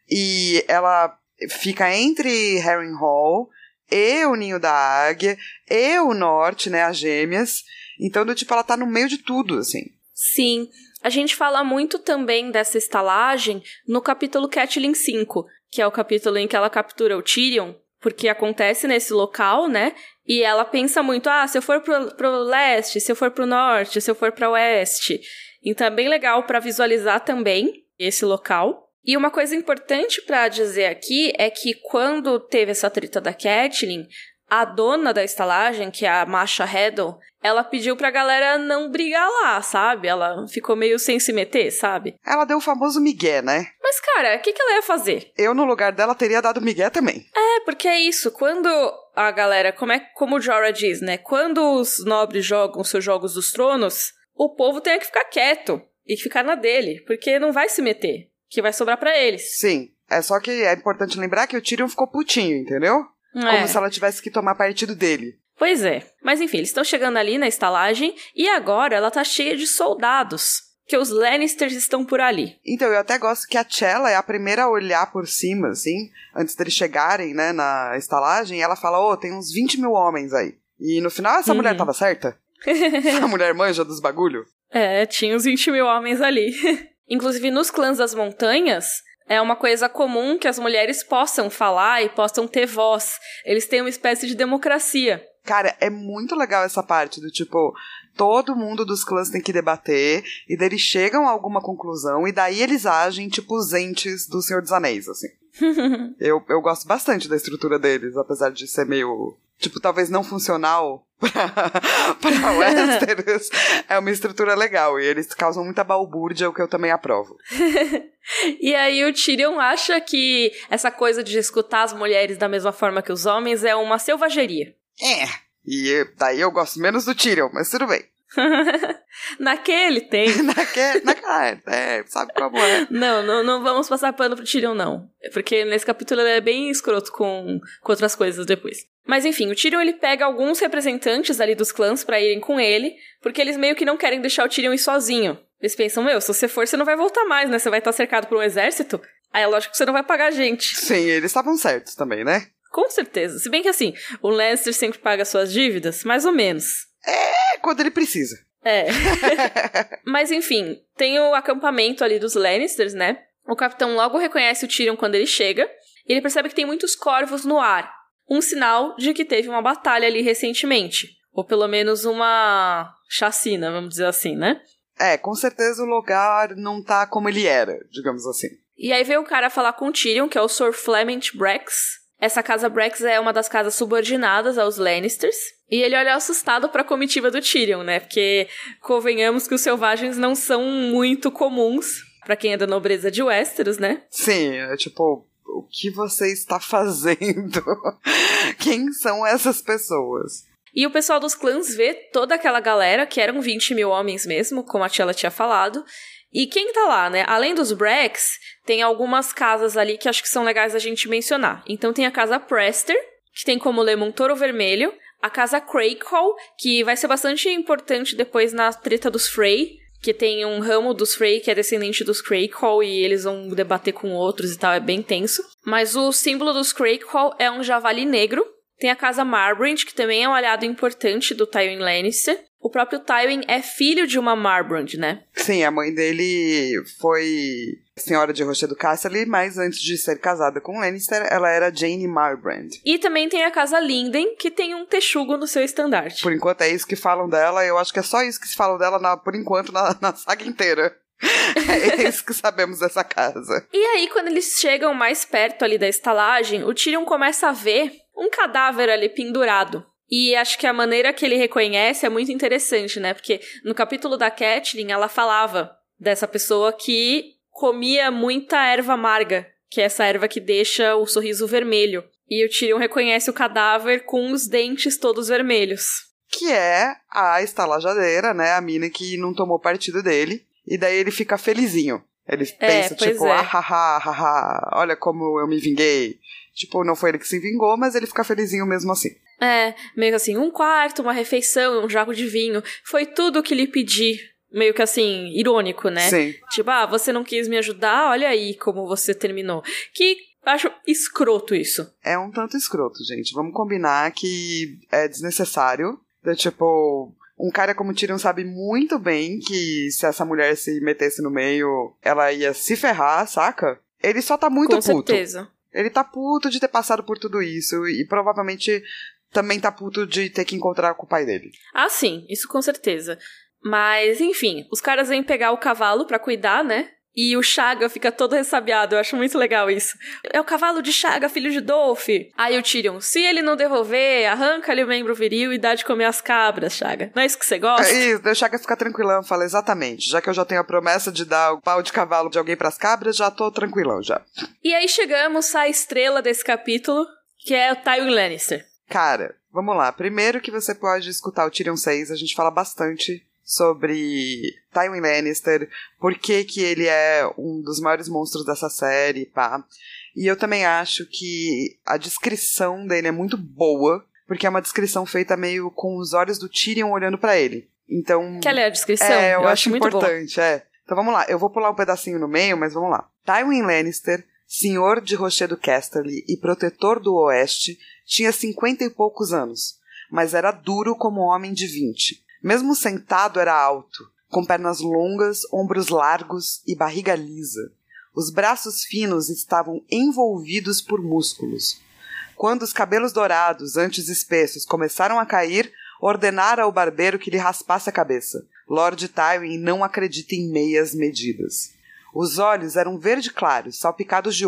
e ela fica entre Harrenhal e o Ninho da Águia, e o Norte, né, as Gêmeas. Então, do tipo, ela tá no meio de tudo, assim. Sim. A gente fala muito também dessa estalagem no capítulo Catelyn cinco, que é o capítulo em que ela captura o Tyrion, porque acontece nesse local, né, e ela pensa muito, ah, se eu for pro, pro leste, se eu for pro norte, se eu for pra oeste. Então, é bem legal pra visualizar também esse local. E uma coisa importante pra dizer aqui é que quando teve essa treta da Catelyn, a dona da estalagem, que é a Masha Heddle, ela pediu pra galera não brigar lá, sabe? Ela ficou meio sem se meter, sabe? Ela deu o famoso migué, né? Mas, cara, o que, que ela ia fazer? Eu, no lugar dela, teria dado migué também. É, porque é isso. Quando a galera, como, é, como o Jorah diz, né? Quando os nobres jogam seus jogos dos tronos, o povo tem que ficar quieto e ficar na dele, porque não vai se meter. Que vai sobrar pra eles. Sim, é só que é importante lembrar que o Tyrion ficou putinho, entendeu? É. Como se ela tivesse que tomar partido dele. Pois é. Mas enfim, eles estão chegando ali na estalagem e agora ela tá cheia de soldados. Que os Lannisters estão por ali. Então, eu até gosto que a Chella é a primeira a olhar por cima, assim, antes deles chegarem, né, na estalagem, e ela fala, ô, oh, tem uns vinte mil homens aí. E no final, essa uhum. mulher tava certa? A mulher manja dos bagulho? É, tinha uns vinte mil homens ali. Inclusive, nos clãs das montanhas, é uma coisa comum que as mulheres possam falar e possam ter voz. Eles têm uma espécie de democracia. Cara, é muito legal essa parte do tipo, todo mundo dos clãs tem que debater, e daí eles chegam a alguma conclusão, e daí eles agem tipo os entes do Senhor dos Anéis, assim. eu, eu gosto bastante da estrutura deles, apesar de ser meio, tipo, talvez não funcional pra, pra Westeros. É uma estrutura legal, e eles causam muita balbúrdia, o que eu também aprovo. E aí o Tyrion acha que essa coisa de escutar as mulheres da mesma forma que os homens é uma selvageria. É, e daí eu gosto menos do Tyrion, mas tudo bem. Naquele tem. Naquele, naquela, é, sabe como é. Não, não, não vamos passar pano pro Tyrion, não. Porque nesse capítulo ele é bem escroto com, com outras coisas depois. Mas enfim, o Tyrion ele pega alguns representantes ali dos clãs pra irem com ele, porque eles meio que não querem deixar o Tyrion ir sozinho. Eles pensam, meu, se você for, você não vai voltar mais, né? Você vai estar cercado por um exército, aí é lógico que você não vai pagar gente. Sim, eles estavam certos também, né? Com certeza. Se bem que assim, o Lannister sempre paga suas dívidas, mais ou menos. É, quando ele precisa. É. Mas enfim, tem o acampamento ali dos Lannisters, né? O capitão logo reconhece o Tyrion quando ele chega, e ele percebe que tem muitos corvos no ar. Um sinal de que teve uma batalha ali recentemente. Ou pelo menos uma chacina, vamos dizer assim, né? É, com certeza o lugar não tá como ele era, digamos assim. E aí veio o cara falar com o Tyrion, que é o Sir Fleming Brax. Essa casa Brax é uma das casas subordinadas aos Lannisters. E ele olha assustado pra comitiva do Tyrion, né? Porque convenhamos que os selvagens não são muito comuns pra quem é da nobreza de Westeros, né? Sim, é tipo, o que você está fazendo? Quem são essas pessoas? E o pessoal dos clãs vê toda aquela galera, que eram vinte mil homens mesmo, como a Tiela tinha falado. E quem tá lá, né? Além dos Brax, tem algumas casas ali que acho que são legais a gente mencionar. Então tem a casa Prester, que tem como lema um touro vermelho. A casa Crakehall, que vai ser bastante importante depois na treta dos Frey, que tem um ramo dos Frey que é descendente dos Crakehall e eles vão debater com outros e tal, é bem tenso. Mas o símbolo dos Crakehall é um javali negro. Tem a casa Marbrand, que também é um aliado importante do Tywin Lannister. O próprio Tywin é filho de uma Marbrand, né? Sim, a mãe dele foi senhora de Rochedo Casterly, mas antes de ser casada com Lannister, ela era Jane Marbrand. E também tem a casa Linden, que tem um texugo no seu estandarte. Por enquanto é isso que falam dela, eu acho que é só isso que se falam dela, na, por enquanto, na, na saga inteira. É isso que sabemos dessa casa. E aí, quando eles chegam mais perto ali da estalagem, o Tyrion começa a ver um cadáver ali pendurado. E acho que a maneira que ele reconhece é muito interessante, né? Porque no capítulo da Catelyn, ela falava dessa pessoa que comia muita erva amarga, que é essa erva que deixa o sorriso vermelho. E o Tyrion reconhece o cadáver com os dentes todos vermelhos. Que é a estalajadeira, né? A mina que não tomou partido dele. E daí ele fica felizinho. Ele pensa, é, tipo, é. ah, haha, haha, olha como eu me vinguei. Tipo, não foi ele que se vingou, mas ele fica felizinho mesmo assim. É, meio assim, um quarto, uma refeição, um jarro de vinho. Foi tudo o que lhe pedi. Meio que assim, irônico, né? Sim. Tipo, ah, você não quis me ajudar? Olha aí como você terminou. Que acho escroto isso. É um tanto escroto, gente. Vamos combinar que é desnecessário. É, tipo, um cara como Tyrion sabe muito bem que se essa mulher se metesse no meio, ela ia se ferrar, saca? Ele só tá muito Com puto. Com certeza. Ele tá puto de ter passado por tudo isso e provavelmente também tá puto de ter que encontrar com o pai dele. Ah, sim, isso com certeza. Mas, enfim, os caras vêm pegar o cavalo pra cuidar, né? E o Chaga fica todo ressabiado, eu acho muito legal isso. É o cavalo de Chaga, filho de Dolph. Aí o Tyrion, se ele não devolver, arranca-lhe o membro viril e dá de comer as cabras, Chaga. Não é isso que você gosta? É isso, o Chaga fica tranquilão, fala exatamente. Já que eu já tenho a promessa de dar o pau de cavalo de alguém pras cabras, já tô tranquilão já. E aí chegamos à estrela desse capítulo, que é o Tywin Lannister. Cara, vamos lá. Primeiro que você pode escutar o Tyrion seis, a gente fala bastante sobre Tywin Lannister, por que que ele é um dos maiores monstros dessa série, pá. E eu também acho que a descrição dele é muito boa, porque é uma descrição feita meio com os olhos do Tyrion olhando pra ele. Então... Quer ler a descrição? É, eu, eu acho, acho muito importante, boa. é. Então vamos lá, eu vou pular um pedacinho no meio, mas vamos lá. Tywin Lannister, senhor de Rochedo Casterly e protetor do Oeste, tinha cinquenta e poucos anos, mas era duro como um homem de vinte. Mesmo sentado era alto, com pernas longas, ombros largos e barriga lisa. Os braços finos estavam envolvidos por músculos. Quando os cabelos dourados, antes espessos, começaram a cair, ordenara ao barbeiro que lhe raspasse a cabeça. Lord Tywin não acredita em meias medidas. Os olhos eram verde claros, salpicados de ouro.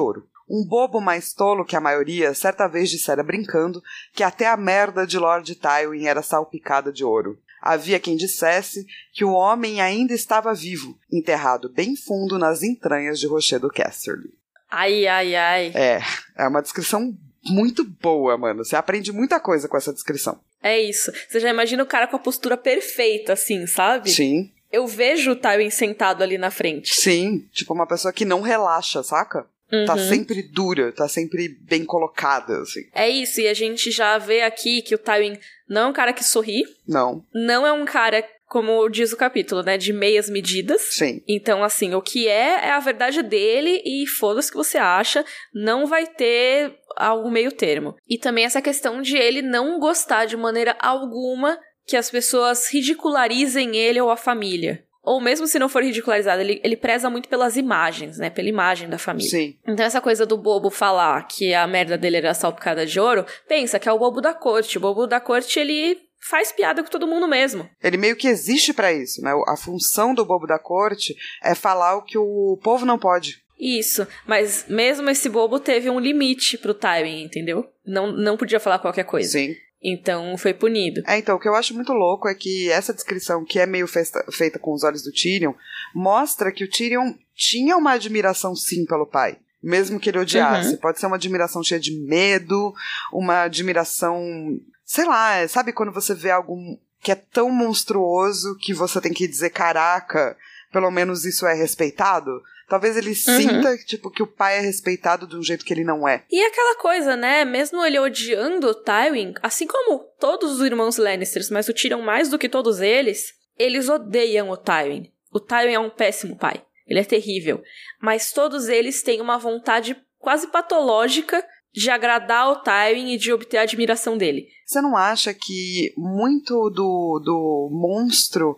Um bobo mais tolo que a maioria certa vez dissera brincando que até a merda de Lord Tywin era salpicada de ouro. Havia quem dissesse que o homem ainda estava vivo, enterrado bem fundo nas entranhas de Rochedo Casterly. Ai, ai, ai. É, é uma descrição muito boa, mano. Você aprende muita coisa com essa descrição. É isso. Você já imagina o cara com a postura perfeita, assim, sabe? Sim. Eu vejo o Tywin sentado ali na frente. Sim, tipo uma pessoa que não relaxa, saca? Uhum. Tá sempre dura, tá sempre bem colocada, assim. É isso, e a gente já vê aqui que o Tywin não é um cara que sorri. Não. Não é um cara, como diz o capítulo, né, de meias medidas. Sim. Então, assim, o que é, é a verdade dele e foda-se o que você acha, não vai ter algo meio termo. E também essa questão de ele não gostar de maneira alguma que as pessoas ridicularizem ele ou a família. Ou mesmo se não for ridicularizado, ele, ele preza muito pelas imagens, né? Pela imagem da família. Sim. Então essa coisa do bobo falar que a merda dele era salpicada de ouro, pensa que é o bobo da corte. O bobo da corte, ele faz piada com todo mundo mesmo. Ele meio que existe pra isso, né? A função do bobo da corte é falar o que o povo não pode. Isso, mas mesmo esse bobo teve um limite pro Tywin, entendeu? Não, não podia falar qualquer coisa. Sim. Então foi punido. É, então, o que eu acho muito louco é que essa descrição, que é meio festa, feita com os olhos do Tyrion, mostra que o Tyrion tinha uma admiração sim pelo pai. Mesmo que ele odiasse. Uhum. Pode ser uma admiração cheia de medo, uma admiração... Sei lá, sabe quando você vê algo que é tão monstruoso que você tem que dizer, caraca, pelo menos isso é respeitado? Talvez ele uhum. sinta, tipo, que o pai é respeitado de um jeito que ele não é. E aquela coisa, né? Mesmo ele odiando o Tywin, assim como todos os irmãos Lannisters, mas o Tyrion mais do que todos eles, eles odeiam o Tywin. O Tywin é um péssimo pai. Ele é terrível. Mas todos eles têm uma vontade quase patológica de agradar o Tywin e de obter a admiração dele. Você não acha que muito do, do monstro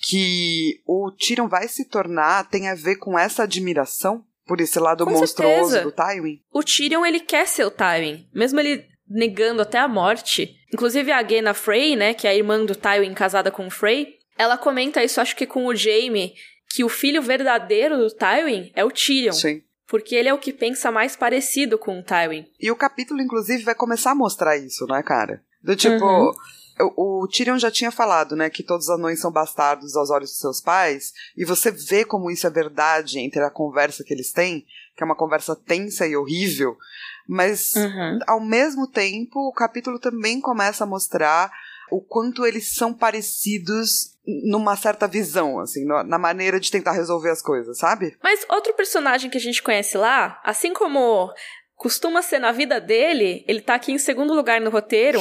que o Tyrion vai se tornar tem a ver com essa admiração? Por esse lado com monstruoso certeza. do Tywin? O Tyrion, ele quer ser o Tywin. Mesmo ele negando até a morte. Inclusive a Agenna Frey, né, que é a irmã do Tywin casada com o Frey, ela comenta isso, acho que com o Jaime, que o filho verdadeiro do Tywin é o Tyrion. Sim. Porque ele é o que pensa mais parecido com o Tywin. E o capítulo, inclusive, vai começar a mostrar isso, né, cara? Do tipo, uhum. o, o Tyrion já tinha falado, né, que todos os anões são bastardos aos olhos de seus pais, e você vê como isso é verdade entre a conversa que eles têm, que é uma conversa tensa e horrível, mas, uhum. ao mesmo tempo, o capítulo também começa a mostrar o quanto eles são parecidos numa certa visão, assim, na maneira de tentar resolver as coisas, sabe? Mas outro personagem que a gente conhece lá, assim como costuma ser na vida dele, ele tá aqui em segundo lugar no roteiro,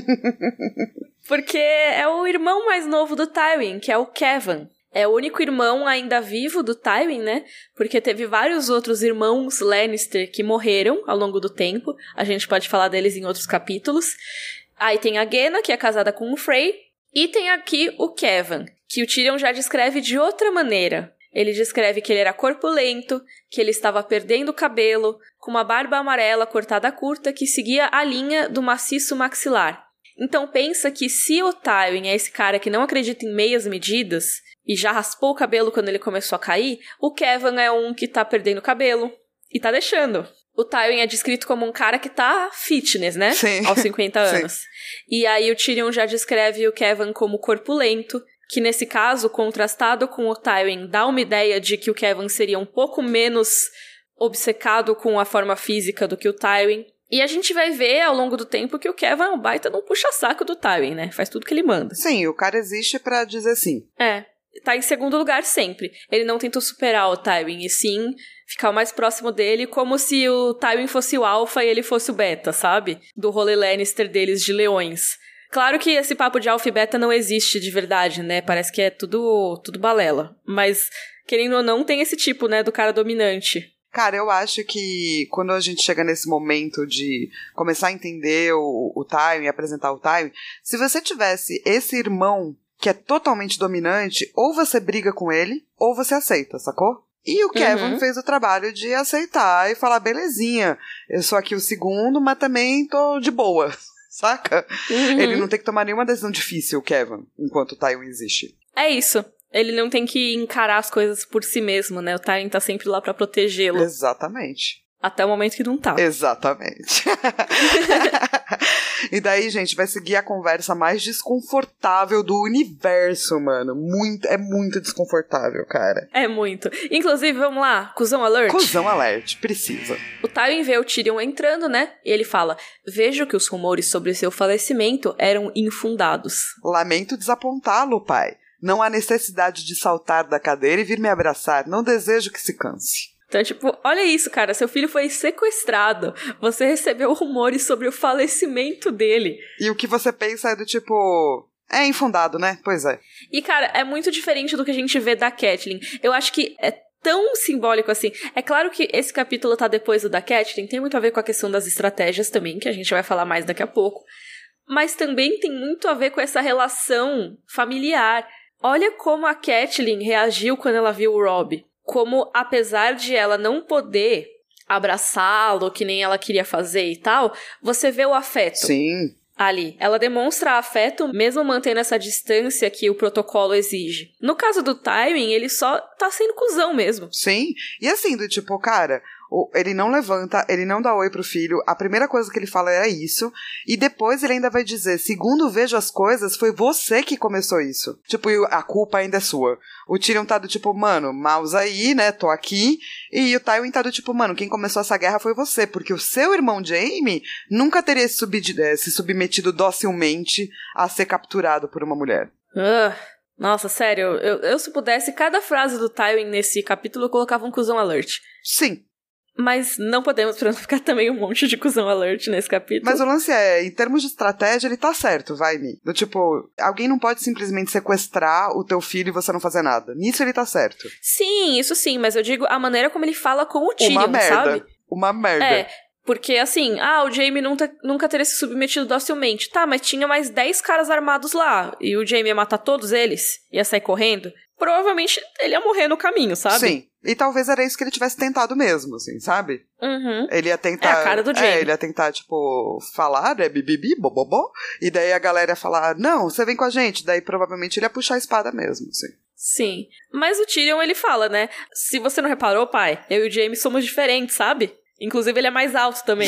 porque é o irmão mais novo do Tywin, que é o Kevan. É o único irmão ainda vivo do Tywin, né? Porque teve vários outros irmãos Lannister que morreram ao longo do tempo. A gente pode falar deles em outros capítulos. Aí tem a Agenna, que é casada com o Frey. E tem aqui o Kevan, que o Tyrion já descreve de outra maneira. Ele descreve que ele era corpulento, que ele estava perdendo o cabelo, com uma barba amarela cortada curta que seguia a linha do maciço maxilar. Então pensa que se o Tywin é esse cara que não acredita em meias medidas e já raspou o cabelo quando ele começou a cair, o Kevan é um que tá perdendo o cabelo e tá deixando. O Tywin é descrito como um cara que tá fitness, né? Sim. Aos cinquenta anos. Sim. E aí o Tyrion já descreve o Kevan como corpulento, que nesse caso, contrastado com o Tywin, dá uma ideia de que o Kevan seria um pouco menos obcecado com a forma física do que o Tywin. E a gente vai ver ao longo do tempo que o Kevan é um baita não puxa-saco do Tywin, né? Faz tudo que ele manda. Sim, o cara existe pra dizer sim. É. Tá em segundo lugar sempre. Ele não tentou superar o Tywin, e sim ficar o mais próximo dele, como se o Tywin fosse o alfa e ele fosse o beta, sabe? Do rolê Lannister deles de leões. Claro que esse papo de alfa e beta não existe de verdade, né? Parece que é tudo, tudo balela. Mas, querendo ou não, tem esse tipo, né, do cara dominante. Cara, eu acho que quando a gente chega nesse momento de começar a entender o, o Tywin, apresentar o Tywin, se você tivesse esse irmão que é totalmente dominante, ou você briga com ele, ou você aceita, sacou? E o Kevan uhum. fez o trabalho de aceitar e falar, belezinha, eu sou aqui o segundo, mas também tô de boa, saca? Uhum. Ele não tem que tomar nenhuma decisão difícil, o Kevan, enquanto o Tywin existe. É isso. Ele não tem que encarar as coisas por si mesmo, né? O Tywin tá sempre lá pra protegê-lo. Exatamente. Até o momento que não tá. Exatamente. E daí, gente, vai seguir a conversa mais desconfortável do universo, mano. Muito, é muito desconfortável, cara. É muito. Inclusive, vamos lá, cuzão alert? Cuzão alert, precisa. O Tywin vê o Tyrion entrando, né? E ele fala, vejo que os rumores sobre seu falecimento eram infundados. Lamento desapontá-lo, pai. Não há necessidade de saltar da cadeira e vir me abraçar. Não desejo que se canse. Então, tipo, olha isso, cara, seu filho foi sequestrado, você recebeu rumores sobre o falecimento dele. E o que você pensa é do tipo... É infundado, né? Pois é. E, cara, é muito diferente do que a gente vê da Catelyn. Eu acho que é tão simbólico assim. É claro que esse capítulo tá depois do da Catelyn, tem muito a ver com a questão das estratégias também, que a gente vai falar mais daqui a pouco. Mas também tem muito a ver com essa relação familiar. Olha como a Catelyn reagiu quando ela viu o Robb. Como, apesar de ela não poder abraçá-lo, que nem ela queria fazer e tal, você vê o afeto. Sim. Ali. Ela demonstra afeto, mesmo mantendo essa distância que o protocolo exige. No caso do Tywin, ele só tá sendo cuzão mesmo. Sim. E assim, do tipo, cara... Ele não levanta, ele não dá oi pro filho. A primeira coisa que ele fala é isso. E depois ele ainda vai dizer, segundo vejo as coisas, foi você que começou isso. Tipo, a culpa ainda é sua. O Tyrion tá do tipo, mano, mouse aí, né, tô aqui. E o Tywin tá do tipo, mano, quem começou essa guerra foi você. Porque o seu irmão Jaime nunca teria se, subid- se submetido docilmente a ser capturado por uma mulher. Uh, nossa, sério, eu, eu se pudesse, cada frase do Tywin nesse capítulo eu colocava um cuzão alert. Sim. Mas não podemos, pra não ficar também um monte de cuzão alert nesse capítulo. Mas o lance é, em termos de estratégia, ele tá certo, vai, Mi. Do tipo, alguém não pode simplesmente sequestrar o teu filho e você não fazer nada. Nisso ele tá certo. Sim, isso sim, mas eu digo a maneira como ele fala com o Tyrion, Uma merda. sabe? Uma merda. É, porque assim, ah, o Jaime nunca, nunca teria se submetido docilmente. Tá, mas tinha mais dez caras armados lá, e o Jaime ia matar todos eles? Ia sair correndo? Provavelmente ele ia morrer no caminho, sabe? Sim. E talvez era isso que ele tivesse tentado mesmo, assim, sabe? Uhum. Ele ia tentar... É a cara do Jaime. É, ele ia tentar, tipo, falar, né, bibibi, bobobó, e daí a galera ia falar, não, você vem com a gente, daí provavelmente ele ia puxar a espada mesmo, assim. Sim. Mas o Tyrion, ele fala, né, se você não reparou, pai, eu e o Jaime somos diferentes, sabe? Inclusive, ele é mais alto também.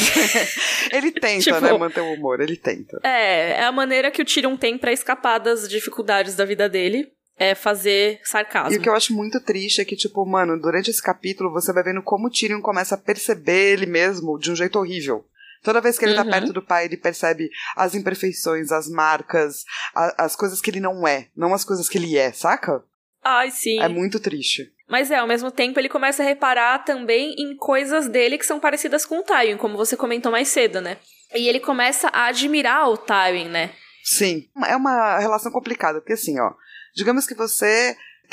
Ele tenta, tipo, né, manter o humor, ele tenta. É, é a maneira que o Tyrion tem pra escapar das dificuldades da vida dele. É fazer sarcasmo. E o que eu acho muito triste é que, tipo, mano, durante esse capítulo você vai vendo como o Tyrion começa a perceber ele mesmo de um jeito horrível. Toda vez que ele uhum. tá perto do pai, ele percebe as imperfeições, as marcas, a, as coisas que ele não é, não as coisas que ele é, saca? Ai, sim. É muito triste. Mas é, ao mesmo tempo ele começa a reparar também em coisas dele que são parecidas com o Tywin, como você comentou mais cedo, né? E ele começa a admirar o Tywin, né? Sim. É uma relação complicada, porque assim, ó, digamos que você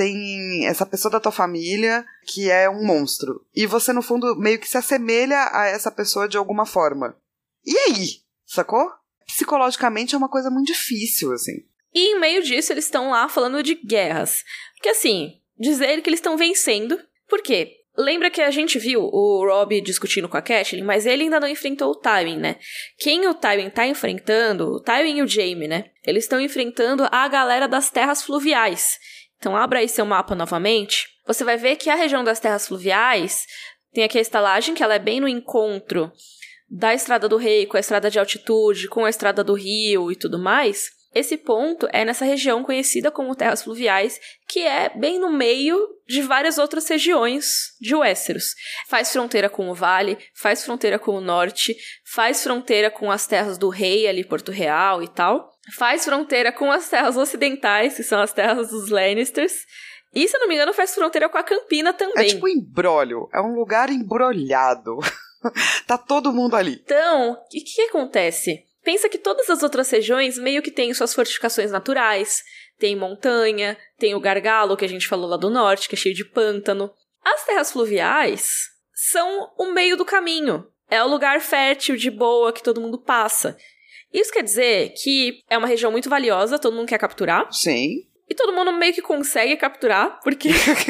tem essa pessoa da tua família que é um monstro. E você, no fundo, meio que se assemelha a essa pessoa de alguma forma. E aí? Sacou? Psicologicamente é uma coisa muito difícil, assim. E em meio disso, eles estão lá falando de guerras. Porque, assim, dizer que eles estão vencendo. Por quê? Lembra que a gente viu o Robb discutindo com a Catelyn, mas ele ainda não enfrentou o Tywin, né? Quem o Tywin tá enfrentando, o Tywin e o Jaime, né? Eles estão enfrentando a galera das terras fluviais. Então, abra aí seu mapa novamente. Você vai ver que a região das terras fluviais tem aqui a estalagem, que ela é bem no encontro da Estrada do Rei com a Estrada de Altitude, com a Estrada do Rio e tudo mais. Esse ponto é nessa região conhecida como Terras Fluviais, que é bem no meio de várias outras regiões de Westeros. Faz fronteira com o Vale, faz fronteira com o Norte, faz fronteira com as Terras do Rei, ali Porto Real e tal. Faz fronteira com as Terras Ocidentais, que são as Terras dos Lannisters. E, se eu não me engano, faz fronteira com a Campina também. É tipo um embrólio, é um lugar embrolhado. Tá todo mundo ali. Então, o que, que acontece? Pensa que todas as outras regiões meio que têm suas fortificações naturais, tem montanha, tem o Gargalo, que a gente falou lá do norte, que é cheio de pântano. As terras fluviais são o meio do caminho, é o lugar fértil, de boa, que todo mundo passa. Isso quer dizer que é uma região muito valiosa, todo mundo quer capturar. Sim. E todo mundo meio que consegue capturar, porque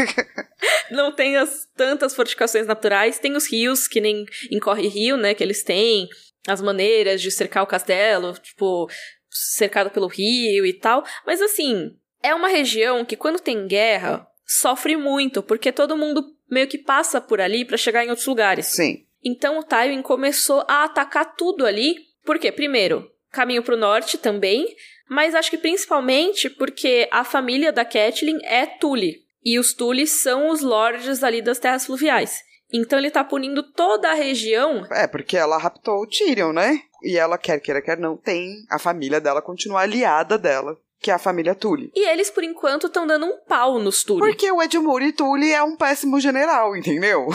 não tem as, tantas fortificações naturais. Tem os rios, que nem em Corre Rio, né, que eles têm as maneiras de cercar o castelo, tipo, cercado pelo rio e tal. Mas, assim, é uma região que, quando tem guerra, sofre muito, porque todo mundo meio que passa por ali pra chegar em outros lugares. Sim. Então o Tywin começou a atacar tudo ali. Por quê? Primeiro, caminho pro norte também, mas acho que principalmente porque a família da Catelyn é Tully. E os Tullys são os lords ali das terras fluviais. Então ele tá punindo toda a região. É, porque ela raptou o Tyrion, né? E ela, quer queira, quer não, tem a família dela continua aliada dela, que é a família Tully. E eles, por enquanto, estão dando um pau nos Tully. Porque o Edmure Tully é um péssimo general, entendeu?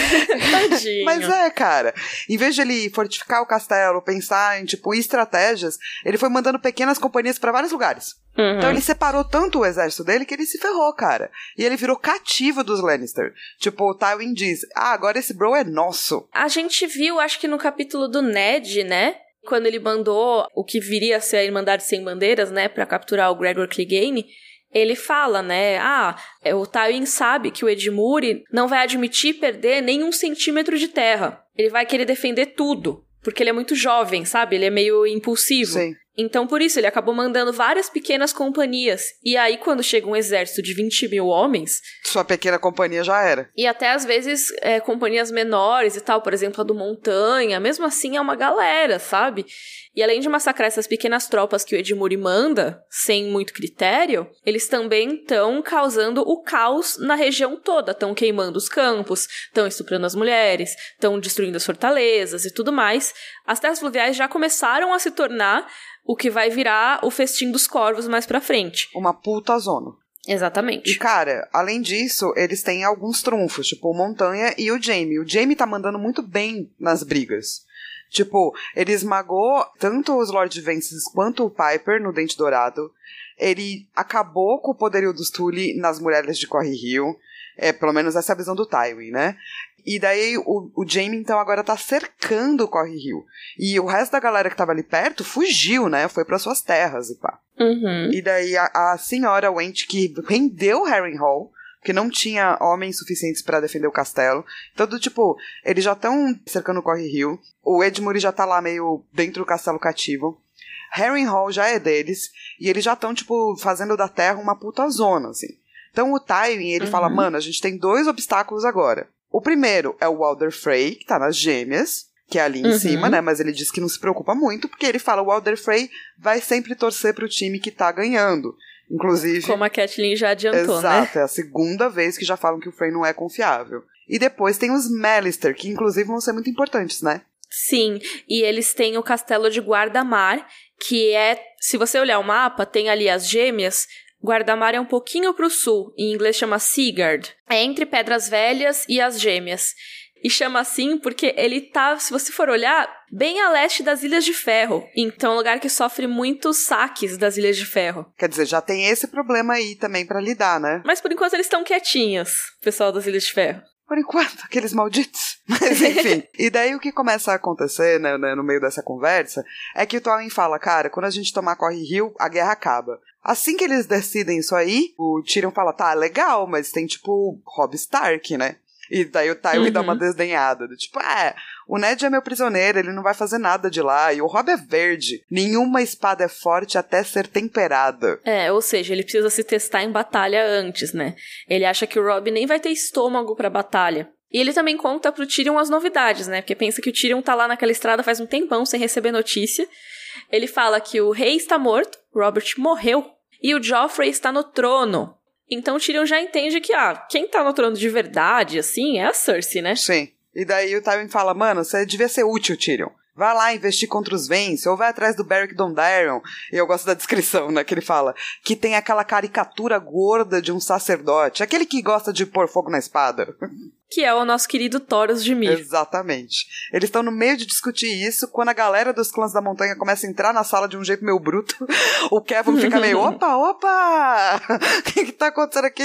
Tadinho. Mas é, cara. Em vez de ele fortificar o castelo, pensar em, tipo, estratégias, ele foi mandando pequenas companhias pra vários lugares. Uhum. Então ele separou tanto o exército dele que ele se ferrou, cara. E ele virou cativo dos Lannister. Tipo, o Tywin diz, ah, agora esse bro é nosso. A gente viu, acho que no capítulo do Ned, né? Quando ele mandou o que viria a ser a Irmandade Sem Bandeiras, né? Pra capturar o Gregor Clegane. Ele fala, né? Ah, o Tywin sabe que o Edmure não vai admitir perder nem um centímetro de terra. Ele vai querer defender tudo. Porque ele é muito jovem, sabe? Ele é meio impulsivo. Sim. Então, por isso, ele acabou mandando várias pequenas companhias. E aí, quando chega um exército de vinte mil homens... Sua pequena companhia já era. E até, às vezes, é, companhias menores e tal. Por exemplo, a do Montanha. Mesmo assim, é uma galera, sabe? E além de massacrar essas pequenas tropas que o Edmure manda, sem muito critério, eles também estão causando o caos na região toda. Estão queimando os campos, estão estuprando as mulheres, estão destruindo as fortalezas e tudo mais. As terras fluviais já começaram a se tornar o que vai virar o festim dos corvos mais pra frente. Uma puta zona. Exatamente. E, cara, além disso, eles têm alguns trunfos, tipo o Montanha e o Jaime. O Jaime tá mandando muito bem nas brigas. Tipo, ele esmagou tanto os Lord Vences quanto o Piper no Dente Dourado. Ele acabou com o poderio dos Tully nas Muralhas de Corre Rio. É, pelo menos essa é a visão do Tywin, né? E daí o, o Jaime, então, agora tá cercando o Corre Rio. E o resto da galera que tava ali perto fugiu, né? Foi para suas terras e pá. Uhum. E daí a, a senhora Went, que rendeu Harrenhal, que não tinha homens suficientes pra defender o castelo. Então, do, tipo, eles já estão cercando o Corre Rio. O Edmure já tá lá meio dentro do castelo cativo. Harrenhal já é deles. E eles já estão, tipo, fazendo da terra uma puta zona, assim. Então o Tywin, ele uhum. fala, mano, a gente tem dois obstáculos agora. O primeiro é o Walder Frey, que tá nas Gêmeas, que é ali em uhum. cima, né? Mas ele diz que não se preocupa muito, porque ele fala, o Walder Frey vai sempre torcer pro time que tá ganhando. Inclusive... Como a Catelyn já adiantou, exato, né? Exato, é a segunda vez que já falam que o Frey não é confiável. E depois tem os Mallister, que inclusive vão ser muito importantes, né? Sim, e eles têm o castelo de Guardamar, que é... Se você olhar o mapa, tem ali as Gêmeas... Guardamar é um pouquinho pro sul, em inglês chama Seagard. É entre Pedras Velhas e as Gêmeas. E chama assim porque ele tá, se você for olhar, bem a leste das Ilhas de Ferro. Então é um lugar que sofre muitos saques das Ilhas de Ferro. Quer dizer, já tem esse problema aí também pra lidar, né? Mas por enquanto eles estão quietinhos, o pessoal das Ilhas de Ferro. Por enquanto, aqueles malditos. Mas enfim. E daí o que começa a acontecer, né, no meio dessa conversa, é que o Tywin fala, cara, quando a gente tomar Corre Rio, a guerra acaba. Assim que eles decidem isso aí, o Tyrion fala, tá, legal, mas tem tipo Robb Stark, né? E daí o Tywin uhum. dá uma desdenhada, do tipo, é, o Ned é meu prisioneiro, ele não vai fazer nada de lá, e o Robb é verde. Nenhuma espada é forte até ser temperada. É, ou seja, ele precisa se testar em batalha antes, né? Ele acha que o Robb nem vai ter estômago pra batalha. E ele também conta pro Tyrion as novidades, né? Porque pensa que o Tyrion tá lá naquela estrada faz um tempão sem receber notícia. Ele fala que o rei está morto, Robert morreu, e o Joffrey está no trono. Então o Tyrion já entende que, ah, quem tá no trono de verdade, assim, é a Cersei, né? Sim. E daí o Tywin fala, mano, você devia ser útil, Tyrion. Vai lá investir contra os Vence, ou vai atrás do Beric Dondarrion. E eu gosto da descrição, né, que ele fala, que tem aquela caricatura gorda de um sacerdote, aquele que gosta de pôr fogo na espada. Que é o nosso querido Thoros de Myr. Exatamente. Eles estão no meio de discutir isso, quando a galera dos clãs da montanha começa a entrar na sala de um jeito meio bruto, o Kevin fica meio, opa, opa! O que que tá acontecendo aqui?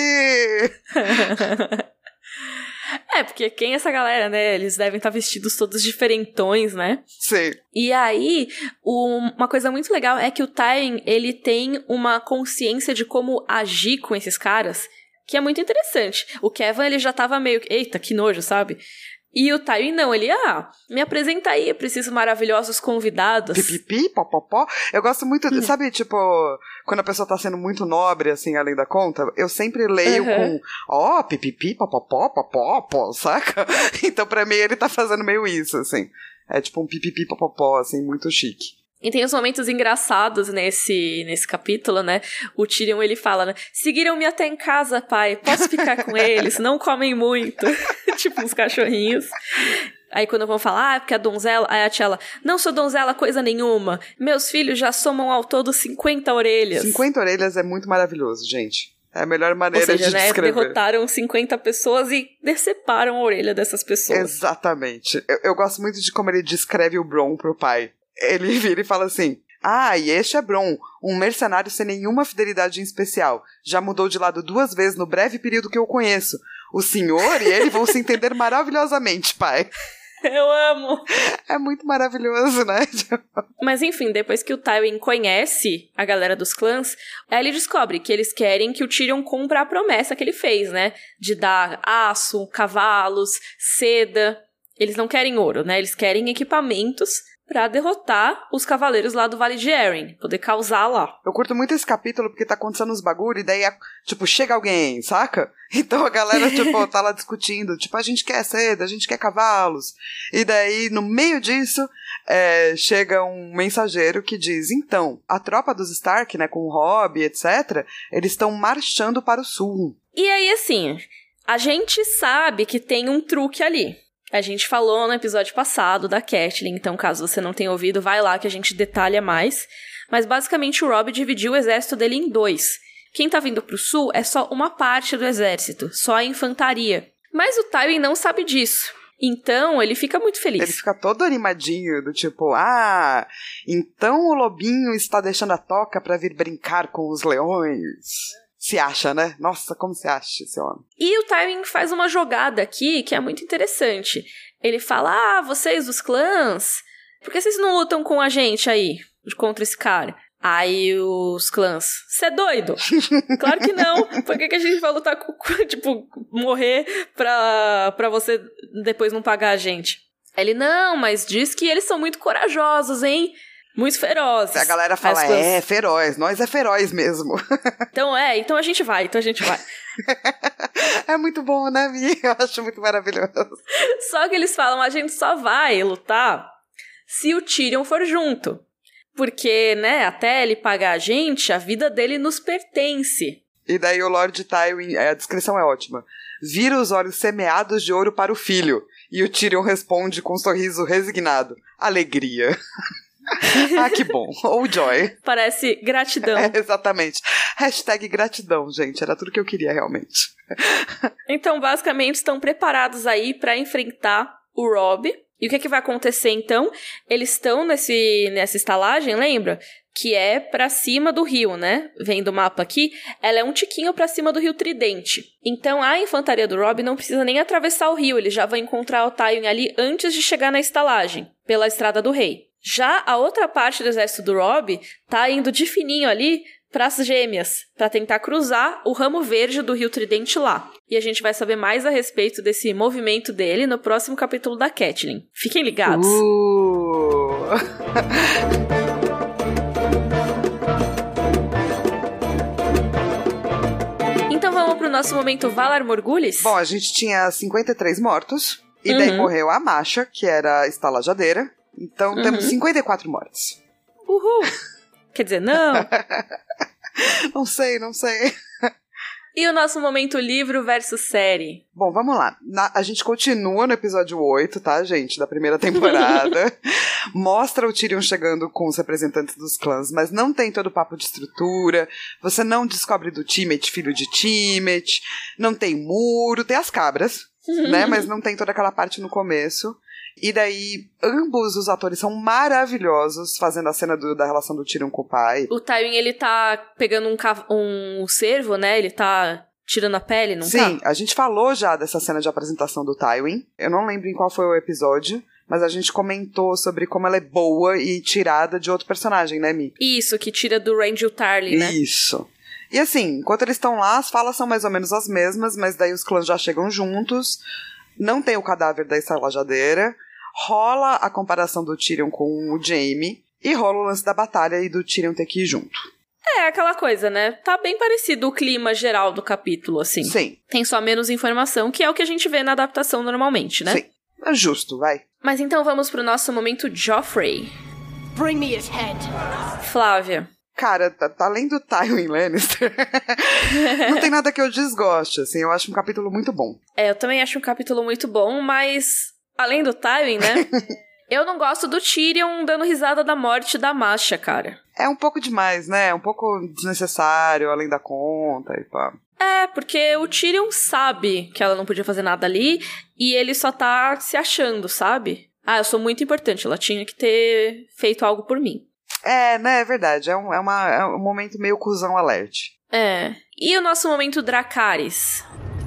É, porque quem é essa galera, né? Eles devem estar vestidos todos diferentões, né? Sim. E aí, um, uma coisa muito legal é que o Tywin, ele tem uma consciência de como agir com esses caras, que é muito interessante. O Kevin, ele já tava meio... Eita, que nojo, sabe? E o Tywin não, ele, ah, me apresenta aí, eu preciso maravilhosos convidados. Pipipi, popopó. Eu gosto muito, hum. sabe, tipo, quando a pessoa tá sendo muito nobre, assim, além da conta, eu sempre leio uhum. com, ó, oh, pipipi, popopó, popopó, saca? Então, pra mim, ele tá fazendo meio isso, assim. É tipo um pipipi, popopó, assim, muito chique. E tem uns momentos engraçados nesse, nesse capítulo, né? O Tyrion, ele fala, né? Seguiram-me até em casa, pai. Posso ficar com eles? Não comem muito. Tipo uns cachorrinhos. Aí quando vão falar, ah, porque a donzela... Aí a tia, não sou donzela coisa nenhuma. Meus filhos já somam ao todo cinquenta orelhas. cinquenta orelhas é muito maravilhoso, gente. É a melhor maneira Ou seja, de né, descrever. Derrotaram cinquenta pessoas e deceparam a orelha dessas pessoas. Exatamente. Eu, eu gosto muito de como ele descreve o Bronn pro pai. Ele vira e fala assim, ah, e este é Bronn, um mercenário sem nenhuma fidelidade em especial. Já mudou de lado duas vezes no breve período que eu conheço. O senhor e ele vão se entender maravilhosamente, pai. Eu amo. É muito maravilhoso, né? Mas enfim, depois que o Tywin conhece a galera dos clãs, aí ele descobre que eles querem que o Tyrion cumpra a promessa que ele fez, né? De dar aço, cavalos, seda. Eles não querem ouro, né? Eles querem equipamentos pra derrotar os cavaleiros lá do Vale de Arryn, poder causar lá. Eu curto muito esse capítulo porque tá acontecendo uns bagulho e daí, tipo, chega alguém, saca? Então a galera, tipo, tá lá discutindo, tipo, a gente quer seda, a gente quer cavalos. E daí, no meio disso, é, chega um mensageiro que diz, então, a tropa dos Stark, né, com o Robb, etcétera, eles estão marchando para o sul. E aí, assim, a gente sabe que tem um truque ali. A gente falou no episódio passado da Catelyn, então caso você não tenha ouvido, vai lá que a gente detalha mais. Mas basicamente o Robb dividiu o exército dele em dois. Quem tá vindo pro sul é só uma parte do exército, só a infantaria. Mas o Tywin não sabe disso. Então ele fica muito feliz. Ele fica todo animadinho, do tipo, ah, então o lobinho está deixando a toca pra vir brincar com os leões. Se acha, né? Nossa, como se acha esse homem. E o Tywin faz uma jogada aqui que é muito interessante. Ele fala, ah, vocês dos clãs, por que vocês não lutam com a gente aí, contra esse cara? Aí os clãs, você é doido? Claro que não. Por que, que a gente vai lutar com, tipo, morrer pra, pra você depois não pagar a gente? Aí ele, não, mas diz que eles são muito corajosos, hein? Muito ferozes. A galera fala, clãs... é, feroz, nós é feroz mesmo. Então é, então a gente vai, então a gente vai. É muito bom, né, Mi? Eu acho muito maravilhoso. Só que eles falam, a gente só vai lutar se o Tyrion for junto. Porque, né, até ele pagar a gente, a vida dele nos pertence. E daí o Lord Tywin, a descrição é ótima, vira os olhos semeados de ouro para o filho. E o Tyrion responde com um sorriso resignado. Alegria. Ah, que bom. Ou joy. Parece gratidão. É, exatamente. Hashtag gratidão, gente. Era tudo que eu queria, realmente. Então, basicamente, estão preparados aí pra enfrentar o Robb. E o que, é que vai acontecer, então? Eles estão nesse, nessa estalagem, lembra? Que é pra cima do rio, né? Vendo o mapa aqui, ela é um tiquinho pra cima do rio Tridente. Então, a infantaria do Robb não precisa nem atravessar o rio. Eles já vão encontrar o Tywin ali antes de chegar na estalagem, pela Estrada do Rei. Já a outra parte do exército do Robb tá indo de fininho ali pras Gêmeas, pra tentar cruzar o ramo verde do Rio Tridente lá. E a gente vai saber mais a respeito desse movimento dele no próximo capítulo da Catelyn. Fiquem ligados! Uh. Então vamos pro nosso momento Valar Morghulis? Bom, a gente tinha cinquenta e três mortos, e daí uhum. morreu a Masha, que era a estalajadeira. Então, uhum. temos cinquenta e quatro mortes. Uhul! Quer dizer, não? Não sei, não sei. E o nosso momento livro versus série? Bom, vamos lá. Na, a gente continua no episódio oito, tá, gente? Da primeira temporada. Mostra o Tyrion chegando com os representantes dos clãs, mas não tem todo o papo de estrutura. Você não descobre do Timett, filho de Timett. Não tem muro, tem as cabras, né? Mas não tem toda aquela parte no começo. E daí, ambos os atores são maravilhosos fazendo a cena do, da relação do Tyrion com o pai. O Tywin, ele tá pegando um, cav- um cervo, né? Ele tá tirando a pele, não Sim, tá? Sim, a gente falou já dessa cena de apresentação do Tywin. Eu não lembro em qual foi o episódio, mas a gente comentou sobre como ela é boa e tirada de outro personagem, né, Mi? Isso, que tira do Randyll Tarly, né? Isso. E assim, enquanto eles estão lá, as falas são mais ou menos as mesmas, mas daí os clãs já chegam juntos. não tem o cadáver da estalajadeira, rola a comparação do Tyrion com o Jaime, e rola o lance da batalha e do Tyrion ter que ir junto. É, aquela coisa, né? Tá bem parecido o clima geral do capítulo, assim. Sim. Tem só menos informação, que é o que a gente vê na adaptação normalmente, né? Sim. É justo, vai. Mas então vamos pro nosso momento Joffrey. Bring me his head. Flávia. Cara, tá, tá além do Tywin Lannister, não tem nada que eu desgoste, assim, eu acho um capítulo muito bom. É, eu também acho um capítulo muito bom, mas além do Tywin, né, eu não gosto do Tyrion dando risada da morte da Masha, cara. É um pouco demais, né, um pouco desnecessário, além da conta e pá. É, porque o Tyrion sabe que ela não podia fazer nada ali, e ele só tá se achando, sabe? Ah, eu sou muito importante, ela tinha que ter feito algo por mim. É, né, é verdade. É um, é uma, é um momento meio cuzão alert. É. E o nosso momento Dracarys?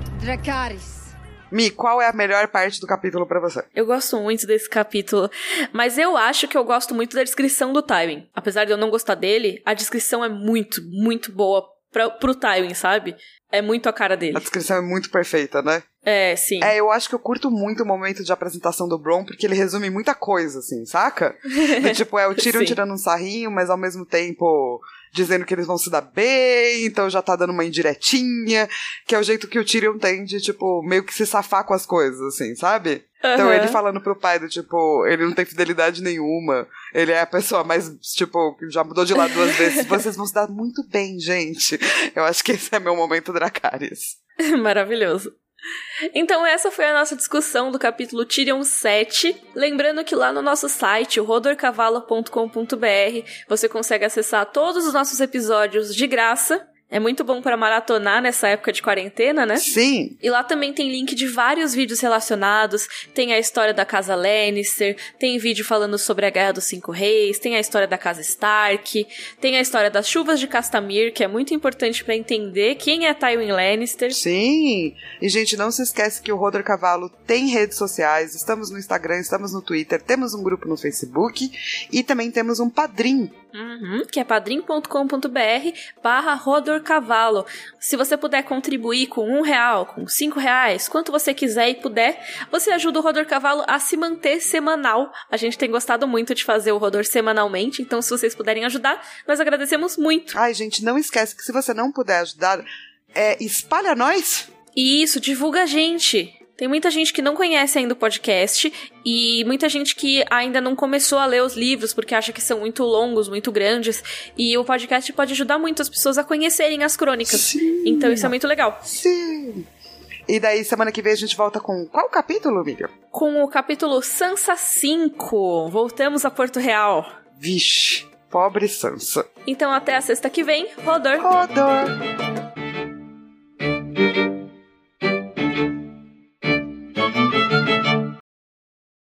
Dracarys. Mi, qual é a melhor parte do capítulo pra você? Eu gosto muito desse capítulo, mas eu acho que eu gosto muito da descrição do Tywin. Apesar de eu não gostar dele, a descrição é muito, muito boa pra, pro Tywin, sabe? É muito a cara dele. A descrição é muito perfeita, né? É, sim. É, eu acho que eu curto muito o momento de apresentação do Bronn, porque ele resume muita coisa, assim, saca? Do, tipo, é o Tyrion tirando um sarrinho, mas ao mesmo tempo dizendo que eles vão se dar bem, então já tá dando uma indiretinha, que é o jeito que o Tyrion tem de, tipo, meio que se safar com as coisas, assim, sabe? Uhum. Então ele falando pro pai do, tipo, ele não tem fidelidade nenhuma, ele é a pessoa mais, tipo, que já mudou de lado duas vezes, vocês vão se dar muito bem, gente. Eu acho que esse é meu momento Dracarys. Maravilhoso. Então essa foi a nossa discussão do capítulo Tyrion sete. Lembrando que lá no nosso site, o rodor cavalo ponto com ponto b r, você consegue acessar todos os nossos episódios de graça. É muito bom para maratonar nessa época de quarentena, né? Sim! E lá também tem link de vários vídeos relacionados. Tem a história da Casa Lannister, tem vídeo falando sobre a Guerra dos Cinco Reis, tem a história da Casa Stark, tem a história das Chuvas de Castamir, que é muito importante para entender quem é Tywin Lannister. Sim! E, gente, não se esquece que o Rodor Cavalo tem redes sociais, estamos no Instagram, estamos no Twitter, temos um grupo no Facebook e também temos um Padrim. Uhum, que é padrim ponto com ponto b r barra Rodor Cavalo. Se você puder contribuir com um real, com cinco reais, quanto você quiser e puder, você ajuda o Rodor Cavalo a se manter semanal. A gente tem gostado muito de fazer o Rodor semanalmente, então se vocês puderem ajudar, nós agradecemos muito. Ai, gente, não esquece que se você não puder ajudar, é, espalha nós. Isso, divulga a gente. Tem muita gente que não conhece ainda o podcast e muita gente que ainda não começou a ler os livros porque acha que são muito longos, muito grandes. E o podcast pode ajudar muito as pessoas a conhecerem as crônicas. Sim. Então isso é muito legal. Sim. E daí, semana que vem, a gente volta com qual capítulo, Miriam? Com o capítulo Sansa cinco. Voltamos a Porto Real. Vixe, pobre Sansa. Então até a sexta que vem. Rodor. Rodor.